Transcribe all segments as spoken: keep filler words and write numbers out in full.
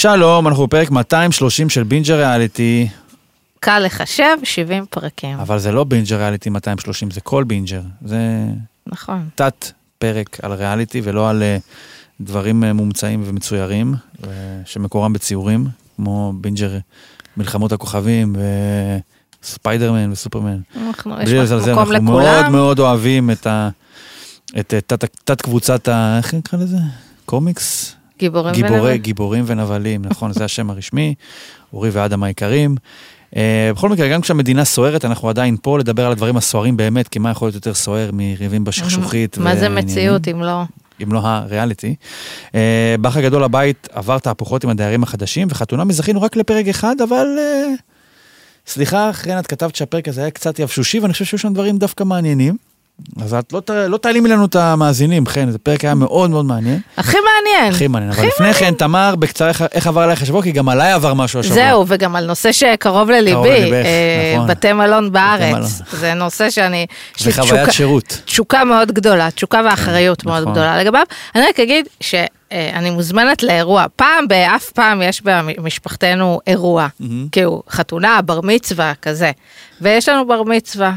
שלום, אנחנו בפרק מאתיים ושלושים של בינג'ר ריאליטי. קל לחשב, שבעים פרקים. אבל זה לא בינג'ר ריאליטי מאתיים ושלושים, זה כל בינג'ר. זה נכון. תת פרק על ריאליטי, ולא על דברים מומצאים ומצוירים, שמקורם בציורים, כמו בינג'ר מלחמות הכוכבים, וספיידרמן וסופרמן. אנחנו, יש מקום לכולם. אנחנו מאוד מאוד אוהבים את ה... את תת קבוצת ה... איך נקרא לזה? קומיקס? גיבורים גיבורי, ונבלים. גיבורים ונבלים, נכון, זה השם הרשמי, אורי ואדם היקרים. Uh, בכל מקרה, גם כשהמדינה סוערת, אנחנו עדיין פה לדבר על הדברים הסוערים באמת, כי מה יכול להיות יותר סוער מריבים בשכשוכית. מה זה מציאות אם לא? אם לא הריאליטי. Uh, באח הגדול הבית עבר תהפוכות עם הדיירים החדשים, וחתונה מזכינו רק לפרק אחד, אבל... Uh, סליחה, אחרי את כתבת שהפרק הזה היה קצת יבשושי, ואני חושב שיש שם דברים דווקא מעניינים. אז את לא, לא תעלימי לנו את המאזינים, כן, זה פרק היה מאוד מאוד מעניין. הכי מעניין. הכי מעניין, אבל לפני כן, תמר, בקצרה, איך עבר עליך השבוע? כי גם עליי עבר משהו השבוע. זהו, וגם על נושא שקרוב לליבי, בתי מלון בארץ. זה נושא שאני... זה חוויית שירות. תשוקה מאוד גדולה, תשוקה ואחריות מאוד גדולה לגביו. אני רק אגיד שאני מוזמנת לאירוע. פעם באף פעם יש במשפחתנו אירוע, כאילו חתונה, בר מצווה, כזה. ויש לנו בר מצווה.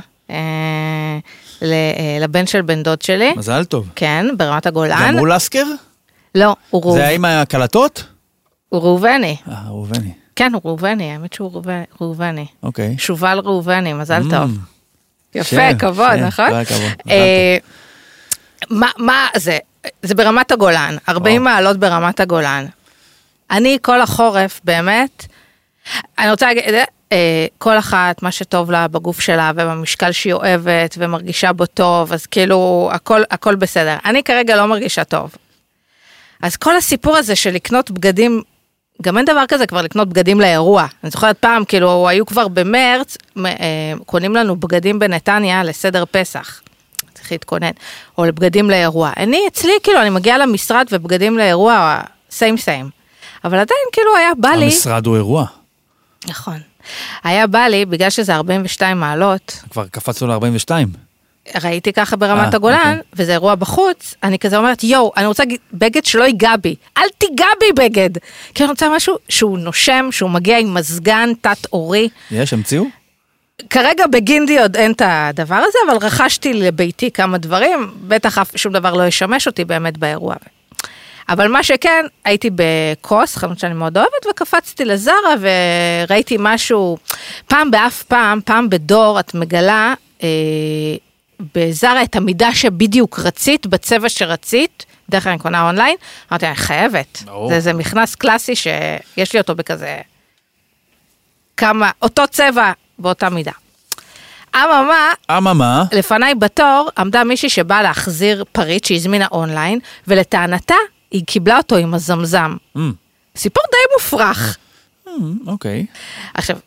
לבן של בן דוד שלי. מזל טוב. כן, ברמת הגולן. גם הוא לסקר? לא, הוא ראובני. זה היה עם הקלטות? הוא ראובני. אה, ראובני. כן, הוא ראובני, האמת שהוא ראובני. אוקיי. שובל ראובני, מזל טוב. יפה, כבוד, נכון? מה זה? זה ברמת הגולן, ארבעים מעלות ברמת הגולן. אני כל החורף, באמת, אני רוצה להגיד, כל אחת, מה שטוב לה בגוף שלה, ובמשקל שהיא אוהבת, ומרגישה בו טוב, אז כאילו, הכל, הכל בסדר. אני כרגע לא מרגישה טוב. אז כל הסיפור הזה של לקנות בגדים, גם אין דבר כזה כבר לקנות בגדים לאירוע. אני זוכרת פעם, כאילו, היו כבר במרץ, קונים לנו בגדים בנתניה לסדר פסח. צריך להתכונן. או לבגדים לאירוע. אני, אצלי, כאילו, אני מגיעה למשרד, ובגדים לאירוע, סיים סיים. אבל עדיין, כאילו, היה בא לי... המשרד הוא אירוע. נכון. היה בא לי, בגלל שזה ארבעים ושתיים מעלות. כבר קפצנו ל-ארבעים ושתיים. ראיתי ככה ברמת הגולן, וזה אירוע בחוץ, אני כזה אומרת, יו, אני רוצה בגד שלא ייגע בי. אל תיגע בי בגד. כי אני רוצה משהו שהוא נושם, שהוא מגיע עם מזגן, תת אורי. יש, המציאו? כרגע בגינדי עוד אין את הדבר הזה, אבל רכשתי לביתי כמה דברים, בטח שום דבר לא ישמש אותי באמת באירוע. אבל מה שכן, הייתי בקוס, חנות שאני מאוד אוהבת, וקפצתי לזרה, וראיתי משהו, פעם באף פעם, פעם בדור, את מגלה אה, בזרה את המידה שבדיוק רצית, בצבע שרצית, דרך כלל אני קונה אונליין, אמרתי, אני חייבת. זה, זה מכנס קלאסי שיש לי אותו בכזה, כמה, אותו צבע באותה מידה. אממה, אממה, לפניי בתור, עמדה מישהי שבאה להחזיר פריט שהזמינה אונליין, ולטענתה, היא קיבלה אותו עם הזמזם. Mm. סיפור די מופרך. אוקיי. Mm, okay. עכשיו,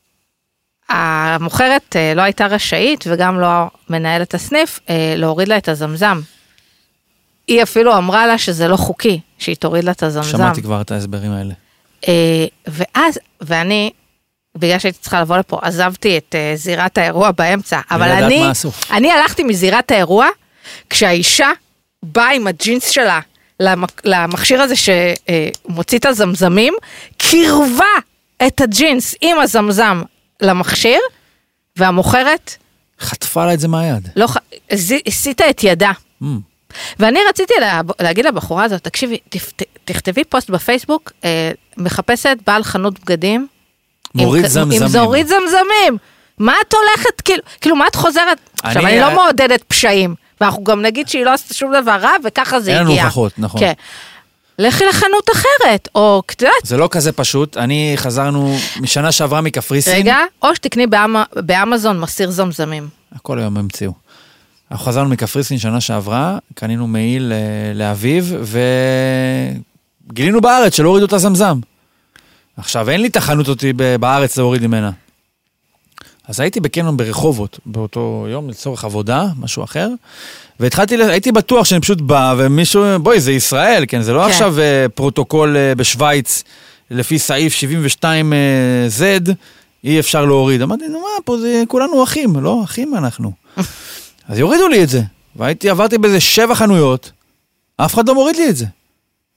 המוכרת לא הייתה רשאית, וגם לא מנהלת הסניף, להוריד לה את הזמזם. היא אפילו אמרה לה שזה לא חוקי, שהיא תוריד לה את הזמזם. שמעתי כבר את ההסברים האלה. ואז, ואני, בגלל שהייתי צריכה לבוא לפה, עזבתי את זירת האירוע באמצע, אבל אני, אני הלכתי מזירת האירוע, כשהאישה באה עם הג'ינס שלה, למכשיר הזה שמוציא את הזמזמים, קרבה את הג'ינס עם הזמזם למכשיר, והמוכרת... חטפה לה את זה מהיד. לא, הסיטה את ידה. Mm. ואני רציתי לה, להגיד לבחורה הזאת, תקשיבי, תכתבי פוסט בפייסבוק, מחפשת בעל חנות בגדים, מוריד עם, זמזמים. עם זורית זמזמים. מה את הולכת, כאילו, כאילו מה את חוזרת? אני, עכשיו, אני לא מעודדת פשעים. ואנחנו גם נגיד שהיא לא עשתה שום דבר רע, וככה זה הגיע. אין לנו הוכחות, נכון. כן. לכי לחנות אחרת, או קצת. זה לא כזה פשוט, אני חזרנו משנה שעברה מקפריסין. רגע, או שתקני באמ... באמזון מסיר זמזמים. הכל היום המציאו. אנחנו חזרנו מקפריסין שנה שעברה, קנינו מעיל לאביב, וגילינו בארץ שלא הורידו את הזמזם. עכשיו, אין לי תחנות אותי בארץ להוריד ממנה. אז הייתי בקניון ברחובות, באותו יום, לצורך עבודה, משהו אחר, והתחלתי, הייתי בטוח שאני פשוט בא, ומישהו, בואי, זה ישראל, כן, זה לא כן. עכשיו פרוטוקול בשוויץ, לפי סעיף שבעים ושתיים זד, אי אפשר להוריד. אמרתי, נו מה, פה זה, כולנו אחים, לא, אחים אנחנו. אז יורידו לי את זה, והייתי, עברתי באיזה שבע חנויות, אף אחד לא מוריד לי את זה.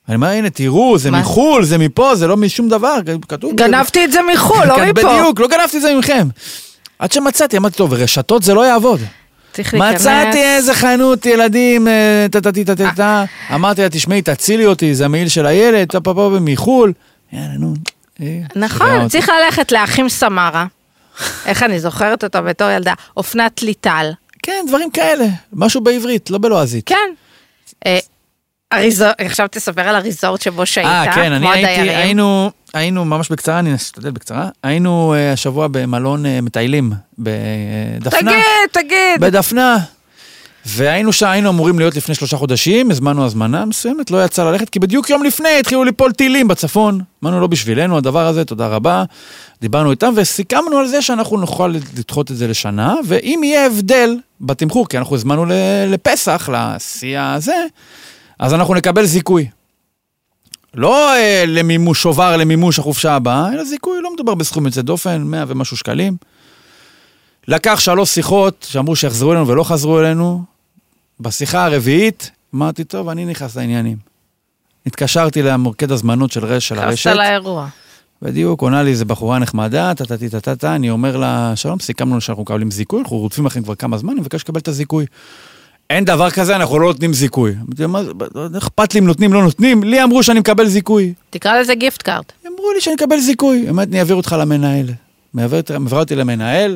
אני אומר, הנה, תראו, זה מחול, זה מפה, זה לא משום דבר. כתוב... גנבתי את זה מחול, לא מפה. בדיוק, לא גנבתי את זה ממכם. עד שמצאתי, אמרתי, טוב, רשתות זה לא יעבוד. מצאתי איזה חנות ילדים, טטטטטטטטט, אמרתי לה, תשמעי, תצילי אותי, זה המעיל של הילד, פה פה מחול. יאללה, נו. נכון, צריך ללכת לאחים סמרה. איך אני זוכרת אותו בתור ילדה? אופנת ליטל. כן, דברים כאלה. משהו בעברית, לא בלועזית. כן. עכשיו תספר על הריזורט שבו שהיית. אה, כן, אני הייתי, היינו, היינו ממש בקצרה, אני אשתדל בקצרה, היינו השבוע במלון מטיילים, בדפנה. תגיד, תגיד. בדפנה. והיינו שם, היינו אמורים להיות לפני שלושה חודשים, הזמנו הזמנה מסוימת, לא יצא ללכת, כי בדיוק יום לפני התחילו ליפול טילים בצפון. אמרנו, לא בשבילנו הדבר הזה, תודה רבה. דיברנו איתם וסיכמנו על זה שאנחנו נוכל לדחות את זה לשנה, ואם יהיה הבדל בתמחור, כי אנחנו הזמנו לפסח, לשיא הזה, אז אנחנו נקבל זיכוי. לא אה, למימוש שובר, למימוש החופשה הבאה, אלא זיכוי, לא מדובר בסכום יוצא דופן, מאה ומשהו שקלים. לקח שלוש שיחות שאמרו שיחזרו אלינו ולא חזרו אלינו. בשיחה הרביעית, אמרתי, טוב, אני נכנס לעניינים. התקשרתי למוקד הזמנות של רש, של הרשת. נכנסת לאירוע. בדיוק, עונה לי, זה בחורה נחמדה, טטטטטטט, אני אומר לה, שלום, סיכמנו שאנחנו מקבלים זיכוי, אנחנו רודפים לכם כבר כמה זמן, אני מבקש לקבל את הזיכוי. אין דבר כזה, אנחנו לא נותנים זיכוי. אכפת לי אם נותנים, לא נותנים, לי אמרו שאני מקבל זיכוי. תקרא לזה גיפט קארד. אמרו לי שאני מקבל זיכוי. באמת, אני אעביר אותך למנהל. מעביר אותי למנהל,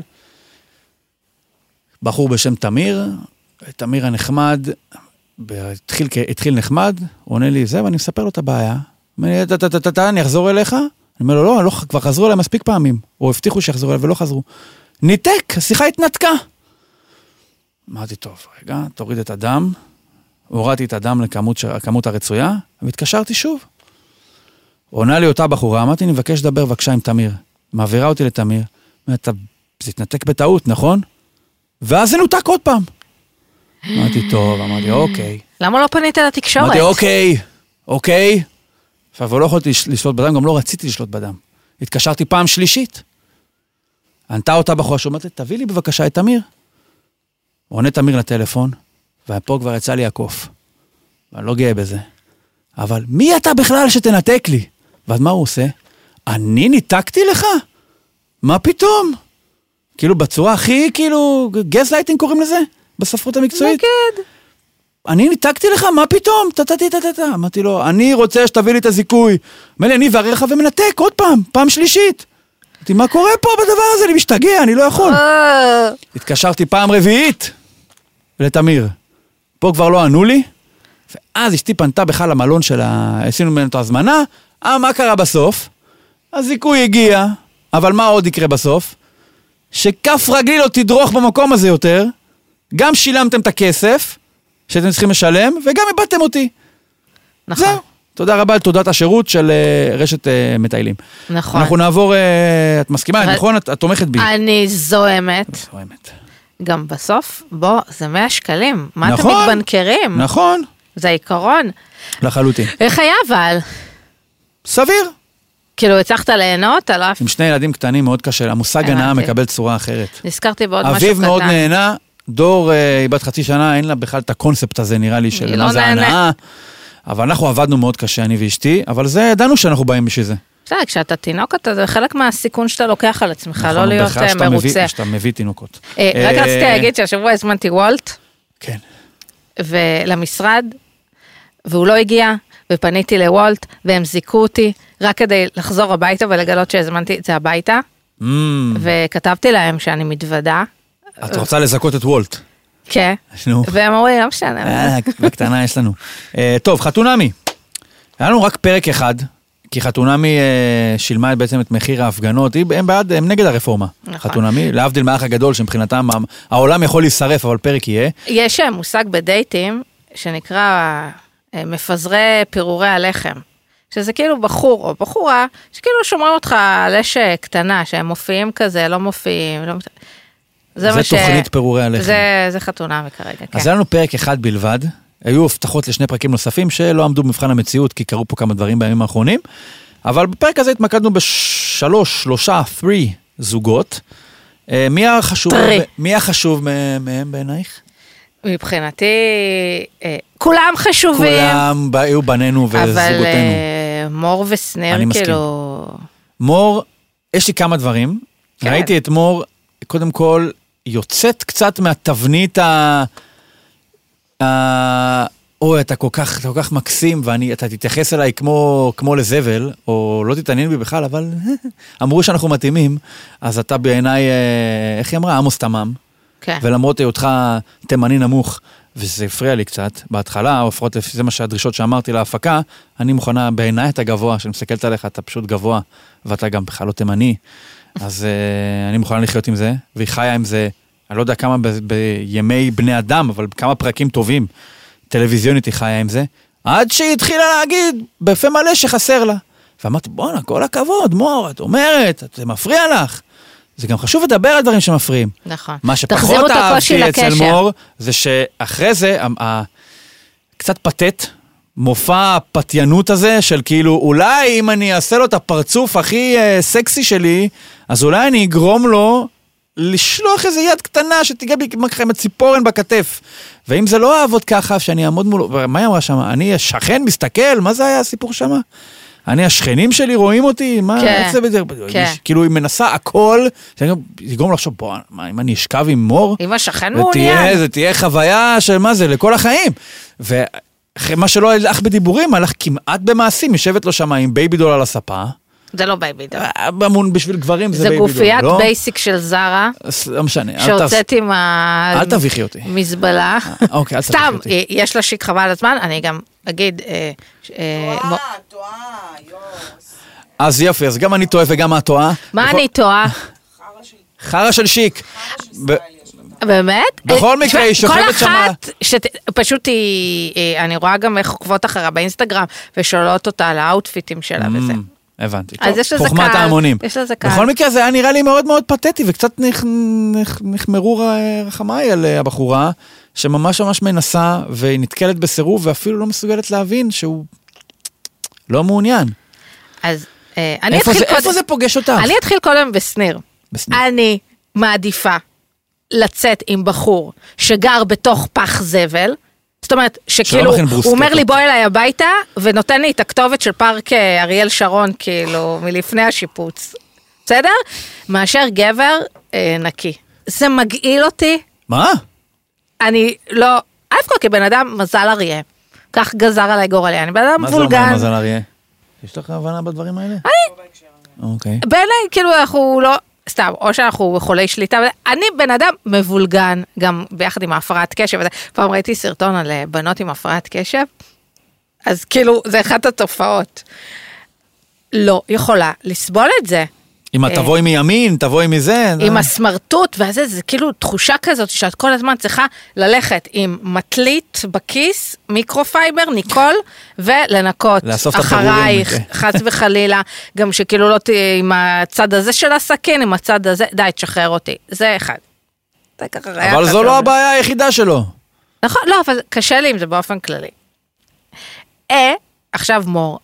בחור בשם תמיר, תמיר הנחמד, התחיל, התחיל נחמד, הוא עונה לי זה, ואני מספר לו את הבעיה. אני אחזור אליך? אני אומר לו, לא, לא, כבר חזרו אליי מספיק פעמים, או הבטיחו שיחזרו אליי ולא חזרו. ניתק, השיחה התנתקה. אמרתי, טוב, רגע, תוריד את הדם, הורדתי את הדם לכמות הרצויה, והתקשרתי שוב. עונה לי אותה בחורה, אמרתי, אני מבקש לדבר בבקשה עם תמיר. מעבירה אותי לתמיר, אתה, זה התנתק בטעות, נכון? ואז זה נותק עוד פעם. אמרתי, טוב, אמרתי, אוקיי. למה לא פנית לתקשורת? אמרתי, אוקיי, אוקיי. עכשיו, לא יכולתי לשלוט בדם, גם לא רציתי לשלוט בדם. התקשרתי פעם שלישית. ענתה אותה בחורה, שאומרת, תביא לי בבקשה את תמיר. עונה תמיר לטלפון, ופה כבר יצא לי הקוף. ואני לא גאה בזה. אבל מי אתה בכלל שתנתק לי? ואז מה הוא עושה? אני ניתקתי לך? מה פתאום? כאילו בצורה הכי, כאילו, גזלייטינג קוראים לזה? בספרות המקצועית? נגד. אני ניתקתי לך? מה פתאום? טטטטטטט. אמרתי לו, אני רוצה שתביא לי את הזיכוי. אומר לי, אני וערר לך ומנתק עוד פעם, פעם שלישית. אמרתי, מה קורה פה בדבר הזה? אני משתגע, אני לא יכול. התקשרתי פעם רביעית לתמיר. פה כבר לא ענו לי, ואז אשתי פנתה בכלל למלון של ה... עשינו ממנו את ההזמנה, אה, מה קרה בסוף? הזיכוי הגיע, אבל מה עוד יקרה בסוף? שכף רגלי לא תדרוך במקום הזה יותר, גם שילמתם את הכסף שאתם צריכים לשלם, וגם הבאתם אותי. נכון. זהו. תודה רבה על תעודת השירות של uh, רשת uh, מטיילים. נכון. אנחנו נעבור, uh, את מסכימה, ו... נכון? את, את תומכת בי. אני זוהמת. זוהמת. גם בסוף, בוא, זה מאה שקלים. מה נכון, אתם מתבנקרים? נכון. זה העיקרון. לחלוטין. איך היה אבל? סביר. כאילו, הצלחת ליהנות על אף... עם שני ילדים קטנים מאוד קשה, המושג הנאה מקבל צורה אחרת. נזכרתי בעוד משהו קטן. אביב מאוד נהנה, דור, היא בת חצי שנה, אין לה בכלל את הקונספט הזה, נראה לי, של מה זה הנאה. אבל אנחנו עבדנו מאוד קשה, אני ואשתי, אבל זה, ידענו שאנחנו באים בשביל זה. בסדר, כשאתה תינוקת, זה חלק מהסיכון שאתה לוקח על עצמך, לא להיות מרוצה. שאתה מביא תינוקות. רק רציתי להגיד שהשבוע הזמנתי וולט. כן. ולמשרד, והוא לא הגיע, ופניתי לוולט, והם זיקו אותי, רק כדי לחזור הביתה ולגלות שהזמנתי את זה הביתה, וכתבתי להם שאני מתוודה. את רוצה לזכות את וולט? כן, והם אומרים, לא משנה. בקטנה יש לנו. טוב, חתונמי. היה לנו רק פרק אחד, כי חתונמי שילמה בעצם את מחיר ההפגנות, הם בעד, הם נגד הרפורמה. חתונמי, להבדיל מהאח הגדול, שמבחינתם העולם יכול להישרף, אבל פרק יהיה. יש מושג בדייטים, שנקרא מפזרי פירורי הלחם. שזה כאילו בחור או בחורה, שכאילו שומרים אותך על אש קטנה, שהם מופיעים כזה, לא מופיעים, לא... זה, זה תוכנית ש... פירורי הלחם. זה, זה חתונה וכרגע, כן. אז היה לנו פרק אחד בלבד, היו הבטחות לשני פרקים נוספים, שלא עמדו במבחן המציאות, כי קרו פה כמה דברים בימים האחרונים, אבל בפרק הזה התמקדנו בשלוש, שלושה, תhree זוגות. מי החשוב, מי החשוב מהם בעינייך? מבחינתי, כולם חשובים. כולם היו בנינו וזוגותינו. אבל מור ושניר, כאילו... מור, יש לי כמה דברים. ראיתי את מור, קודם כל, יוצאת קצת מהתבנית ה... אוי, אתה כל כך, אתה כל כך מקסים, ואתה תתייחס אליי כמו, כמו לזבל, או לא תתעניין בי בכלל, אבל אמרו שאנחנו מתאימים, אז אתה בעיניי, איך היא אמרה? עמוס תמם. כן. ולמרות היותך תימני נמוך, וזה הפריע לי קצת, בהתחלה, או לפחות זה מה שהדרישות שאמרתי להפקה, אני מוכנה, בעיניי אתה גבוה, שאני מסתכלת עליך, אתה פשוט גבוה, ואתה גם בכלל לא תימני, אז uh, אני מוכנה לחיות עם זה, והיא חיה עם זה, אני לא יודע כמה ב- בימי בני אדם, אבל כמה פרקים טובים, טלוויזיונית היא חיה עם זה, עד שהיא התחילה להגיד, בפה מלא שחסר לה. ואמרתי, בוא'נה, כל הכבוד, מור, את אומרת, זה מפריע לך. זה גם חשוב לדבר על דברים שמפריעים. נכון. מה שפחות אהבתי אצל מור, זה שאחרי זה, קצת פתט, מופע הפתיינות הזה, של כאילו, אולי אם אני אעשה לו את הפרצוף הכי סקסי שלי, אז אולי אני אגרום לו לשלוח איזה יד קטנה שתיגע בי עם הציפורן בכתף. ואם זה לא אעבוד ככה, שאני אעמוד מולו, מה היא אמרה שם? אני השכן מסתכל, מה זה היה הסיפור שם? אני, השכנים שלי רואים אותי, מה, איך זה בדיוק? כאילו, היא מנסה הכל, יגרום לחשוב, בוא, אם אני אשכב עם מור, אם השכן מעוניין. זה תהיה חוויה של מה זה, לכל החיים. ומה שלא הלך בדיבורים, הלך כמעט במעשים, יושבת לו שם עם בייבי דול על הספה, זה לא בייבי דול. במון בשביל גברים זה בייבי דול. זה גופיית בייסיק של זרה. לא משנה. שהוצאתי עם ה... אל תביכי אותי. מזבלה. אוקיי, אל תביכי אותי. סתם, יש לה שיק חבל על הזמן, אני גם אגיד... טועה, טועה, יוס. אז יופי, אז גם אני טועה וגם את טועה. מה אני טועה? חרא של שיק. באמת? בכל מקרה, היא שוכבת שמה... כל אחת, פשוט היא... אני רואה גם איך עוקבות אחרה באינסטגרם, ושואלות אותה על האוטפיטים שלה וזה. הבנתי. אז יש לזה קהל. חוכמת ההמונים. יש לזה קהל. בכל מקרה, זה היה נראה לי מאוד מאוד פתטי, וקצת נחמרו רחמיי על הבחורה, שממש ממש מנסה, והיא נתקלת בסירוב, ואפילו לא מסוגלת להבין שהוא לא מעוניין. אז אני אתחיל קודם... איפה זה פוגש אותך? אני אתחיל קודם בסניר. בסניר. אני מעדיפה לצאת עם בחור שגר בתוך פח זבל, זאת אומרת, שכאילו, הוא אומר לי בוא אליי הביתה, ונותן לי את הכתובת של פארק אריאל שרון, כאילו, מלפני השיפוץ. בסדר? מאשר גבר אה, נקי. זה מגעיל אותי. מה? אני לא, אף כל כבן אדם מזל אריה. כך גזר עליי גורלי, אני בן אדם וולגן. מה זה אומר מזל אריה? יש לך הבנה בדברים האלה? אני, אוקיי. בעיניי, כאילו, אנחנו לא... סתם, או שאנחנו חולי שליטה, אני בן אדם מבולגן, גם ביחד עם ההפרעת קשב, פעם ראיתי סרטון על בנות עם הפרעת קשב, אז כאילו, זה אחת התופעות. לא יכולה לסבול את זה. אם את תבואי מימין, תבואי מזה. עם הסמרטוט, וזה, זה כאילו תחושה כזאת, שאת כל הזמן צריכה ללכת עם מטלית בכיס, מיקרופייבר, ניקול, ולנקות אחרייך, חס וחלילה, גם שכאילו לא תהיה עם הצד הזה של הסכין, עם הצד הזה, די, תשחרר אותי. זה אחד. אבל זו לא הבעיה היחידה שלו. נכון, לא, אבל קשה לי עם זה באופן כללי. אה, עכשיו מור,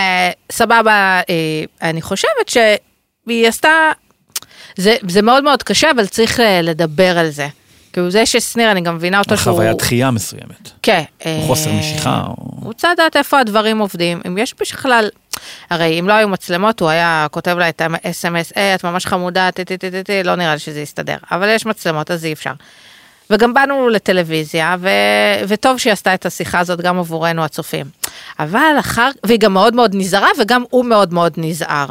סבבה, אני חושבת ש... והיא עשתה, זה, זה מאוד מאוד קשה, אבל צריך לדבר על זה. כאילו זה שסניר, אני גם מבינה אותו שהוא... חוויה דחייה מסוימת. כן. חוסר משיכה. הוא רוצה לדעת איפה הדברים עובדים. אם יש בכלל, הרי אם לא היו מצלמות, הוא היה כותב לה את ה-אס אם אס, אה, את ממש חמודה, טטטטטט, לא נראה לי שזה יסתדר. אבל יש מצלמות, אז אי אפשר. וגם באנו לטלוויזיה, ו... וטוב שהיא עשתה את השיחה הזאת גם עבורנו הצופים. אבל אחר, והיא גם מאוד מאוד נזהרה, וגם הוא מאוד מאוד נזהר.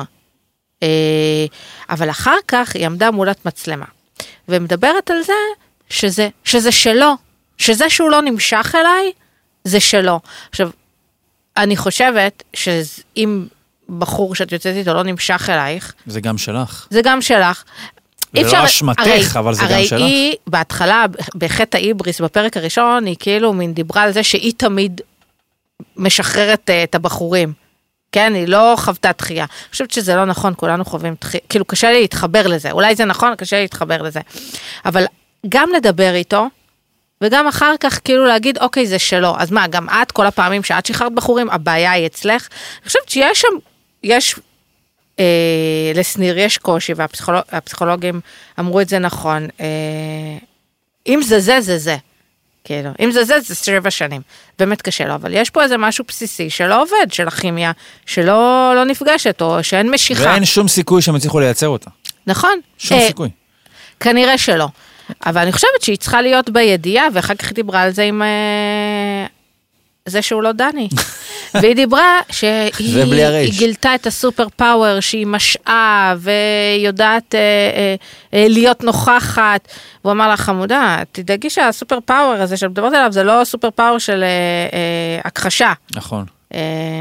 אבל אחר כך היא עמדה מולת מצלמה, ומדברת על זה שזה, שזה שלו, שזה שהוא לא נמשך אליי, זה שלו. עכשיו, אני חושבת שאם בחור שאת יוצאת איתו לא נמשך אלייך, זה גם שלך. זה גם שלך. זה לא אשמתך, אבל זה גם שלך. הרי היא, בהתחלה, בחטא האיבריס, בפרק הראשון, היא כאילו מין דיברה על זה שהיא תמיד משחררת את הבחורים. כן, היא לא חוותה דחייה. אני חושבת שזה לא נכון, כולנו חווים דחייה, כאילו קשה לי להתחבר לזה, אולי זה נכון, קשה לי להתחבר לזה. אבל גם לדבר איתו, וגם אחר כך כאילו להגיד, אוקיי, זה שלו. אז מה, גם את, כל הפעמים שאת שחררת בחורים, הבעיה היא אצלך. אני חושבת שיש שם, יש, אה, לסניר יש קושי, והפסיכולוגים אמרו את זה נכון. אה, אם זה זה, זה זה. כאילו, אם זה זה, זה שבע שנים. באמת קשה לו, אבל יש פה איזה משהו בסיסי שלא עובד, של הכימיה, שלא לא נפגשת, או שאין משיכה. ואין שום סיכוי שהם יצליחו לייצר אותה. נכון. שום אה, סיכוי. כנראה שלא. אבל אני חושבת שהיא צריכה להיות בידיעה, ואחר כך היא דיברה על זה עם אה, זה שהוא לא דני. והיא דיברה שהיא היא גילתה את הסופר פאוור, שהיא משעה ויודעת אה, אה, אה, להיות נוכחת. והוא אמר לה, חמודה, תדאגי שהסופר פאוור הזה שמדברת עליו, זה לא סופר פאוור של אה, אה, הכחשה. נכון. אה,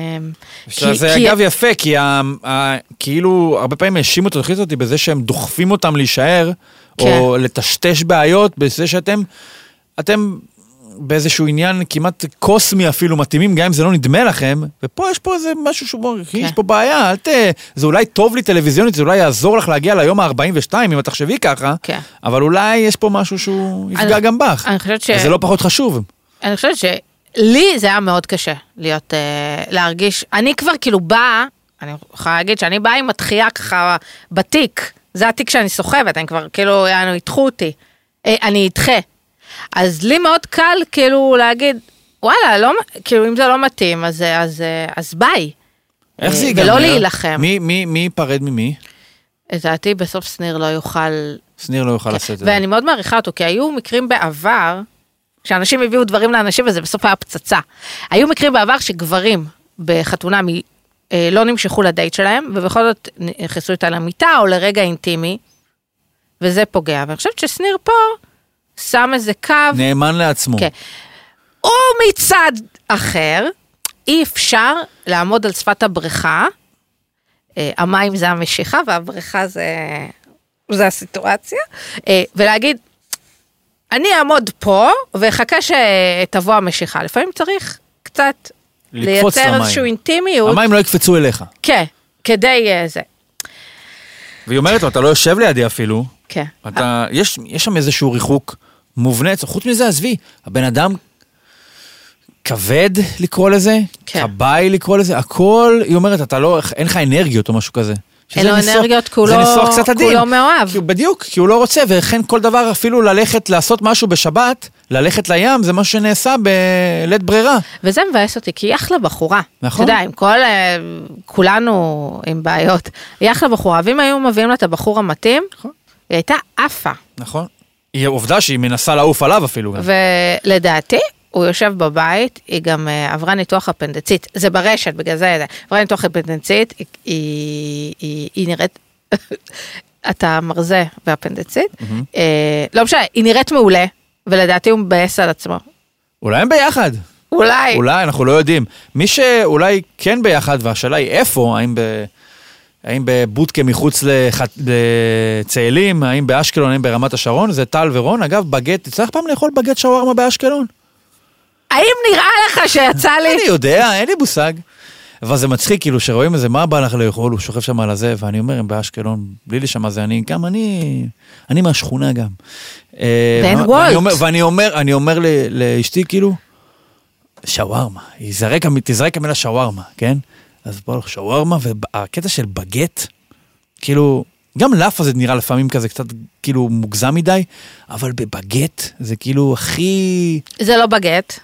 זה כי, אגב כי... יפה, כי ה, ה, כאילו הרבה פעמים האשימו את התוכנית אותי בזה שהם דוחפים אותם להישאר, כן. או לטשטש בעיות, בזה שאתם אתם באיזשהו עניין כמעט קוסמי אפילו מתאימים, גם אם זה לא נדמה לכם, ופה יש פה איזה משהו שהוא, כן. יש פה בעיה, אל ת... זה אולי טוב לי טלוויזיונית, זה אולי יעזור לך להגיע ליום ה-ארבעים ושתיים, אם את תחשבי ככה, כן. אבל אולי יש פה משהו שהוא יפגע אני, גם בך. אני חושבת ש... זה לא פחות חשוב. אני חושבת שלי זה היה מאוד קשה להיות, uh, להרגיש, אני כבר כאילו באה, אני יכולה להגיד שאני באה עם התחייה ככה בתיק, זה התיק שאני סוחבת, אני כבר כאילו, יענו, יתחו אותי, אני יתחה. אז לי מאוד קל כאילו להגיד, וואלה, לא, כאילו אם זה לא מתאים, אז, אז, אז ביי. איך זה ייגמר? ולא להילחם. מי, מי, מי ייפרד ממי? לדעתי בסוף שניר לא יוכל... שניר לא יוכל לעשות את זה. ואני מאוד מעריכה אותו, כי היו מקרים בעבר, שאנשים הביאו דברים לאנשים, וזה בסוף היה פצצה. היו מקרים בעבר שגברים בחתונה מ... לא נמשכו לדייט שלהם, ובכל זאת נכנסו איתה למיטה, או לרגע אינטימי, וזה פוגע. ואני חושבת ששניר פה... שם איזה קו. נאמן לעצמו. כן. או מצד אחר, אי אפשר לעמוד על שפת הבריכה, המים זה המשיכה, והבריכה זה, זה הסיטואציה, ולהגיד, אני אעמוד פה, וחכה שתבוא המשיכה. לפעמים צריך קצת לייצר איזשהו אינטימיות. המים לא יקפצו אליך. כן, כדי זה. והיא אומרת לו, אתה לא יושב לידי אפילו, כן. אתה, יש, יש שם איזשהו ריחוק מובנה, חוץ מזה, עזבי, הבן אדם כבד לקרוא לזה, כן. כבאי לקרוא לזה, הכל, היא אומרת, אתה לא, אין לך אנרגיות או משהו כזה. אין לו אנרגיות, כי הוא לא מאוהב. בדיוק, כי הוא לא רוצה, וכן כל דבר אפילו ללכת, לעשות משהו בשבת, ללכת לים, זה משהו שנעשה בלית ברירה. וזה מבאס אותי, כי היא אחלה בחורה. נכון. אתה יודע, עם כל, כולנו עם בעיות, היא אחלה בחורה, ואם היו מביאים לה את הבחור המתאים, נכון. היא הייתה אפה. נכון. היא עובדה שהיא מנסה לעוף עליו אפילו גם. ולדעתי, הוא יושב בבית, היא גם עברה ניתוח אפנדצית, זה ברשת, בגלל זה, עברה ניתוח אפנדצית, היא, היא, היא, היא נראית, אתה מרזה באפנדצית, mm-hmm. אה, לא משנה, היא נראית מעולה, ולדעתי הוא מבאס על עצמו. אולי הם ביחד. אולי. אולי, אנחנו לא יודעים. מי שאולי כן ביחד, והשאלה היא איפה, האם ב... האם בבודקה מחוץ לחת... לצאלים, האם באשקלון, האם ברמת השרון, זה טל ורון, אגב, בגט, תצטרך פעם לאכול בגט שווארמה באשקלון? האם נראה לך שיצא לי? אני יודע, אין לי מושג. אבל זה מצחיק, כאילו, שרואים איזה, מה בא לך לאכול, הוא שוכב שם על הזה, ואני אומר, הם באשקלון, בלי לי שמה זה, אני, גם אני, אני מהשכונה גם. בן וולט. ואני אומר, אני אומר לאשתי, כאילו, שווארמה, תזרק המילה שווארמה, כן? אז בוא לך שווארמה, והקטע של בגט, כאילו, גם לאף הזה נראה לפעמים כזה קצת כאילו מוגזם מדי, אבל בבגט זה כאילו הכי... זה לא בגט.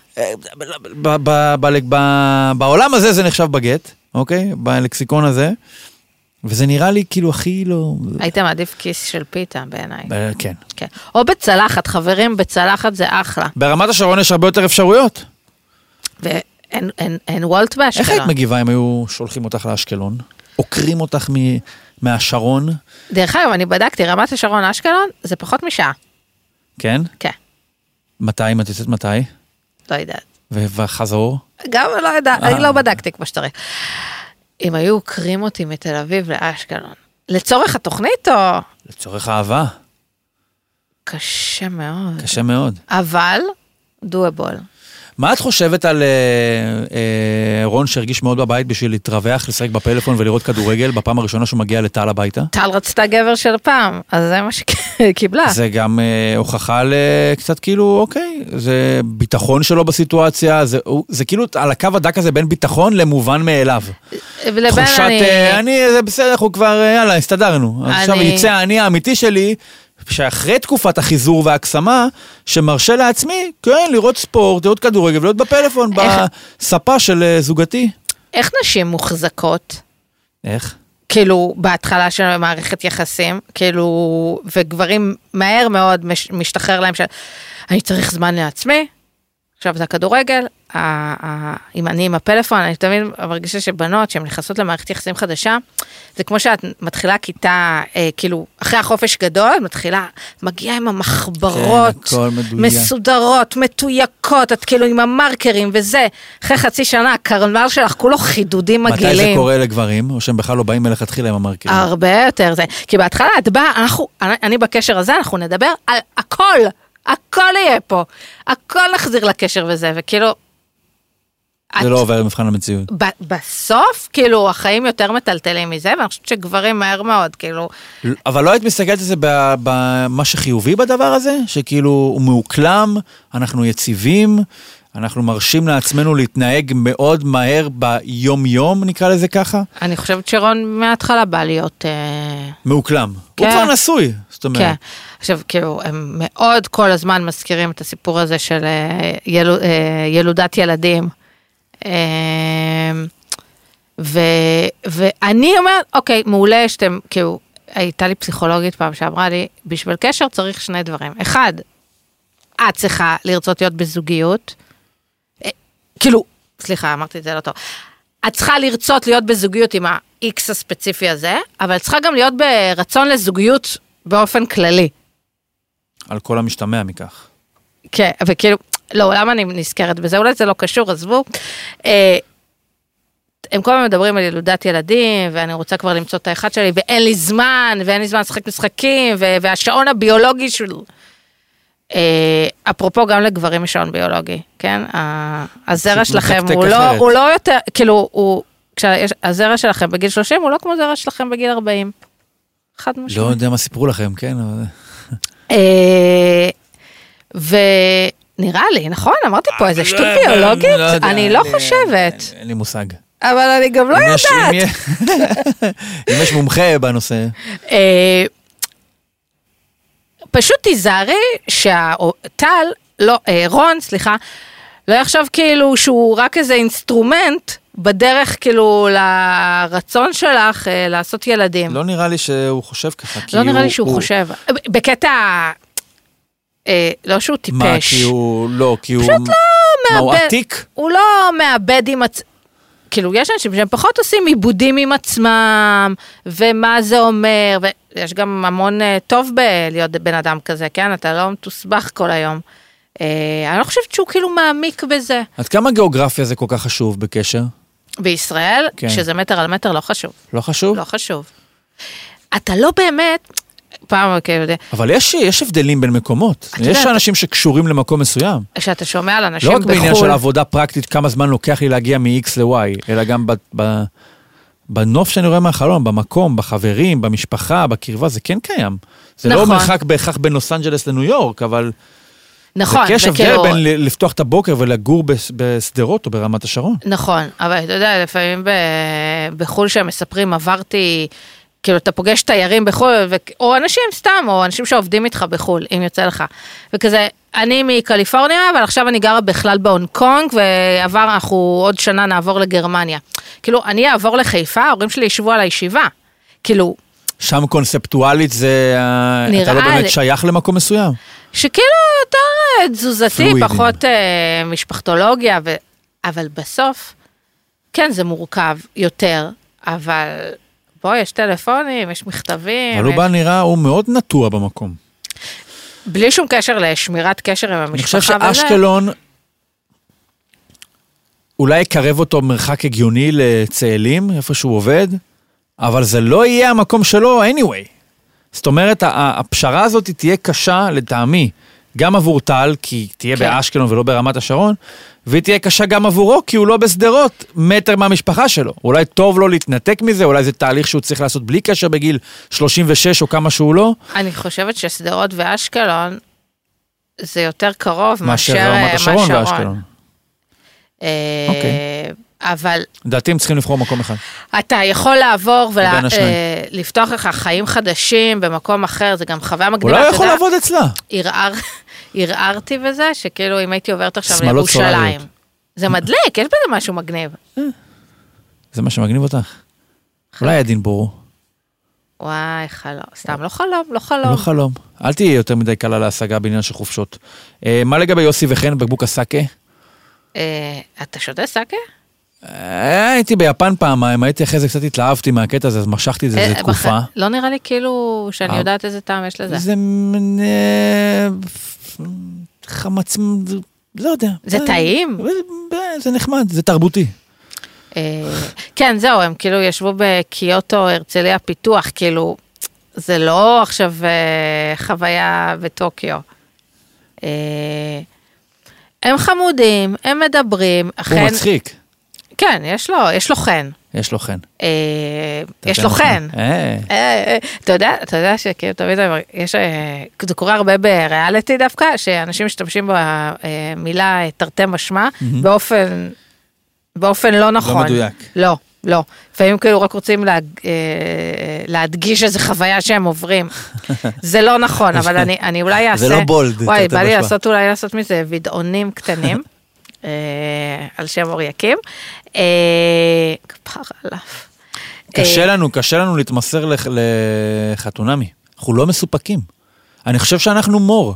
בעולם הזה זה נחשב בגט, אוקיי? בלקסיקון הזה, וזה נראה לי כאילו הכי לא... היית מעדיף כיס של פיתה בעיניי. כן. או בצלחת, חברים, בצלחת זה אחלה. ברמת השרון יש הרבה יותר אפשרויות. ואין אין, אין וולט באשקלון. איך היית מגיבה אם היו שולחים אותך לאשקלון? עוקרים אותך מהשרון? דרך אגב, אני בדקתי, רמת השרון אשקלון זה פחות משעה. כן? כן. מתי, אם את יוצאת מתי? לא יודעת. וחזור? גם לא יודעת, אני לא בדקתי כמו שתראה. אם היו עוקרים אותי מתל אביב לאשקלון, לצורך התוכנית או... לצורך אהבה. קשה מאוד. קשה מאוד. אבל, דואבול. מה את חושבת על אה, אה, רון שהרגיש מאוד בבית בשביל להתרווח, לשחק בפלאפון ולראות כדורגל בפעם הראשונה שהוא מגיע לטל הביתה? טל רצתה גבר של פעם, אז זה מה שקיבלה. זה גם אה, הוכחה לקצת כאילו, אוקיי, זה ביטחון שלו בסיטואציה, זה, זה כאילו על הקו הדק הזה בין ביטחון למובן מאליו. ולבין תחושת, אני... אה, אני, זה בסדר, אנחנו כבר, יאללה, הסתדרנו. אני... עכשיו יצא אני האמיתי שלי, שאחרי תקופת החיזור וההקסמה, שמרשה לעצמי, כן, לראות ספורט, לראות כדורגל, ולראות בפלאפון, בספה של זוגתי. איך נשים מוחזקות? איך? כאילו, בהתחלה של מערכת יחסים, כאילו, וגברים מהר מאוד משתחרר להם של, אני צריך זמן לעצמי, עכשיו זה הכדורגל, אם אני עם הפלאפון, אני תמיד מרגישה שבנות שהן נכנסות למערכת יחסים חדשה, זה כמו שאת מתחילה כיתה, כאילו, אחרי החופש גדול, מתחילה, מגיעה עם המחברות, מסודרות, מתויקות, את כאילו עם המרקרים וזה, אחרי חצי שנה, הקרנבל שלך כולו חידודים מגעילים. מתי זה קורה לגברים, או שהם בכלל לא באים אליך תחילה עם המרקרים? הרבה יותר זה, כי בהתחלה את באה, אנחנו, אני בקשר הזה, אנחנו נדבר על הכל, הכל יהיה פה, הכל נחזיר לקשר וזה, וכאילו... זה לא עובר במבחן המציאות. בסוף, כאילו, החיים יותר מטלטלים מזה, ואני חושבת שגברים מהר מאוד, כאילו... אבל לא היית מסתכלת על זה במה שחיובי בדבר הזה? שכאילו, הוא מאוקלם, אנחנו יציבים, אנחנו מרשים לעצמנו להתנהג מאוד מהר ביום-יום, נקרא לזה ככה? אני חושבת שרון מההתחלה בא להיות... מאוקלם. הוא כבר נשוי, זאת אומרת. כן. עכשיו, כאילו, הם מאוד כל הזמן מזכירים את הסיפור הזה של ילודת ילדים. ו, ואני אומרת, אוקיי, מעולה שאתם, כאילו, הייתה לי פסיכולוגית פעם שאמרה לי, בשביל קשר צריך שני דברים. אחד, את צריכה לרצות להיות בזוגיות, כאילו, סליחה, אמרתי את זה לא טוב, את צריכה לרצות להיות בזוגיות עם ה-X הספציפי הזה, אבל את צריכה גם להיות ברצון לזוגיות באופן כללי. על כל המשתמע מכך. כן, וכאילו, לא, למה אני נזכרת בזה? אולי זה לא קשור, עזבו. הם כל הזמן מדברים על ילודת ילדים, ואני רוצה כבר למצוא את האחד שלי, ואין לי זמן, ואין לי זמן לשחק משחקים, והשעון הביולוגי של... אפרופו גם לגברים יש שעון ביולוגי, כן? הזרע שלכם הוא לא יותר, כאילו, הזרע שלכם בגיל שלושים, הוא לא כמו זרע שלכם בגיל ארבעים. חד משמעית. לא יודע מה סיפרו לכם, כן? ונראה לי, נכון? אמרתי פה איזה שטות ביולוגית? אני לא חושבת. אין לי מושג. אבל אני גם לא יודעת. אם יש מומחה בנושא. פשוט תיזהרי שהטל, לא, רון, סליחה, לא יחשוב כאילו שהוא רק איזה אינסטרומנט בדרך כאילו לרצון שלך לעשות ילדים. לא נראה לי שהוא חושב ככה. לא נראה לי שהוא חושב. בקטע, לא שהוא טיפש. מה, כי הוא, לא, כי הוא... פשוט לא מאבד. מה, הוא עתיק? הוא לא מאבד עם עצ... כאילו, יש אנשים שהם פחות עושים עיבודים עם עצמם, ומה זה אומר, ויש גם המון טוב בלהיות בן אדם כזה, כן? אתה לא מתוסבך כל היום. אני לא חושבת שהוא כאילו מעמיק בזה. עד כמה גיאוגרפיה זה כל כך חשוב בקשר? בישראל, כן. שזה מטר על מטר, לא חשוב. לא חשוב? לא חשוב. אתה לא באמת... פעם, כאילו... אבל יש, יש הבדלים בין מקומות. יש יודע, אנשים שקשורים למקום מסוים. שאתה שומע על אנשים בחול. לא רק בעניין של עבודה פרקטית, כמה זמן לוקח לי להגיע מ-X ל-Y, אלא גם ב, ב, בנוף שאני רואה מהחלום, במקום, בחברים, במשפחה, בקרבה, זה כן קיים. זה נכון. לא מרחק בהכרח בין לוס אנג'לס לניו יורק, אבל... נכון. זה קש הבדל בין לפתוח את הבוקר ולגור בסדרות או ברמת השרון. נכון, אבל אתה יודע, לפעמים בחול שהם מספרים, עברתי... כאילו, אתה פוגש תיירים בחול, ו... או אנשים סתם, או אנשים שעובדים איתך בחול, אם יוצא לך. וכזה, אני מקליפורניה, אבל עכשיו אני גרה בכלל בהונג קונג, ועבר, אנחנו עוד שנה נעבור לגרמניה. כאילו, אני אעבור לחיפה, ההורים שלי ישבו על הישיבה. כאילו... שם קונספטואלית זה... אתה לא באמת שייך למקום מסוים. שכאילו יותר תזוזתי, פחות אה, משפחתולוגיה, ו... אבל בסוף, כן, זה מורכב יותר, אבל... פה יש טלפונים, יש מכתבים. אבל הוא בא נראה, הוא מאוד נטוע במקום. בלי שום קשר לשמירת קשר עם המשפחה. אני חושב שאשקלון, אולי יקרב אותו מרחק הגיוני לצאלים, איפה שהוא עובד, אבל זה לא יהיה המקום שלו anyway. זאת אומרת, הפשרה הזאת תהיה קשה לטעמי, גם עבור טל, כי תהיה כן. באשקלון ולא ברמת השרון, והיא תהיה קשה גם עבורו, כי הוא לא בסדרות, מטר מהמשפחה שלו. אולי טוב לו להתנתק מזה, אולי זה תהליך שהוא צריך לעשות בלי קשר בגיל שלושים ושש או כמה שהוא לא. אני חושבת שסדרות ואשקלון, זה יותר קרוב מאשר רמת השרון ואשקלון. אוקיי. אבל... לדעתי הם צריכים לבחור מקום אחד. אתה יכול לעבור בין השניים. ולפתוח לך חיים חדשים במקום אחר, זה גם חוויה מגניבה. הוא לא יכול לעבוד אצלה. ערער, ערערתי בזה, שכאילו אם הייתי עוברת עכשיו שמאלות לירושלים. סולריות. זה מדליק, יש בזה משהו מגניב. זה מה שמגניב אותך. אולי הדין בורו. וואי, חלום. סתם, לא חלום, לא חלום. לא חלום. אל תהיה יותר מדי קלה להשגה בעניין של חופשות. אה, מה לגבי יוסי וחן, בקבוק הסאקה? אה, אתה שותה סאקה? אה, הייתי ביפן פעמיים, הייתי אחרי זה קצת התלהבתי מהקטע הזה, אז משכתי את זה איזה תקופה. לא נראה לי כאילו שאני יודעת איזה טעם יש לזה. זה מין, אה, חמץ, לא יודע. זה טעים? זה נחמד, זה תרבותי. כן, זהו, הם כאילו ישבו בקיוטו, הרצליה פיתוח, כאילו, זה לא עכשיו חוויה בטוקיו. הם חמודים, הם מדברים. הוא מצחיק. כן, יש לו, יש לו חן. יש לו חן. יש לו חן. אתה יודע, אתה יודע שכאילו תמיד יש, זה קורה הרבה בריאליטי דווקא, שאנשים משתמשים במילה תרתי משמע, באופן... באופן לא נכון. לא מדויק. לא, לא. לפעמים כאילו רק רוצים לה, להדגיש איזו חוויה שהם עוברים. זה לא נכון, אבל אני, אני אולי אעשה... זה לא בולד. וואי, בא לי לעשות אולי לעשות מזה וידאונים קטנים, על שם אורייקים. כפר עליו. קשה לנו, קשה לנו להתמסר לחתונמי. אנחנו לא מסופקים. אני חושב שאנחנו מור.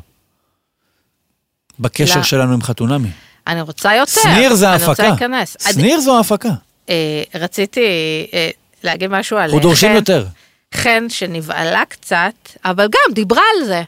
בקשר שלנו עם חתונמי. אני רוצה יותר. שניר זה ההפקה. אני רוצה להיכנס. שניר זו ההפקה. רציתי להגיד משהו על... אנחנו דורשים יותר. חן שנבעלה קצת, אבל גם דיברה על זה.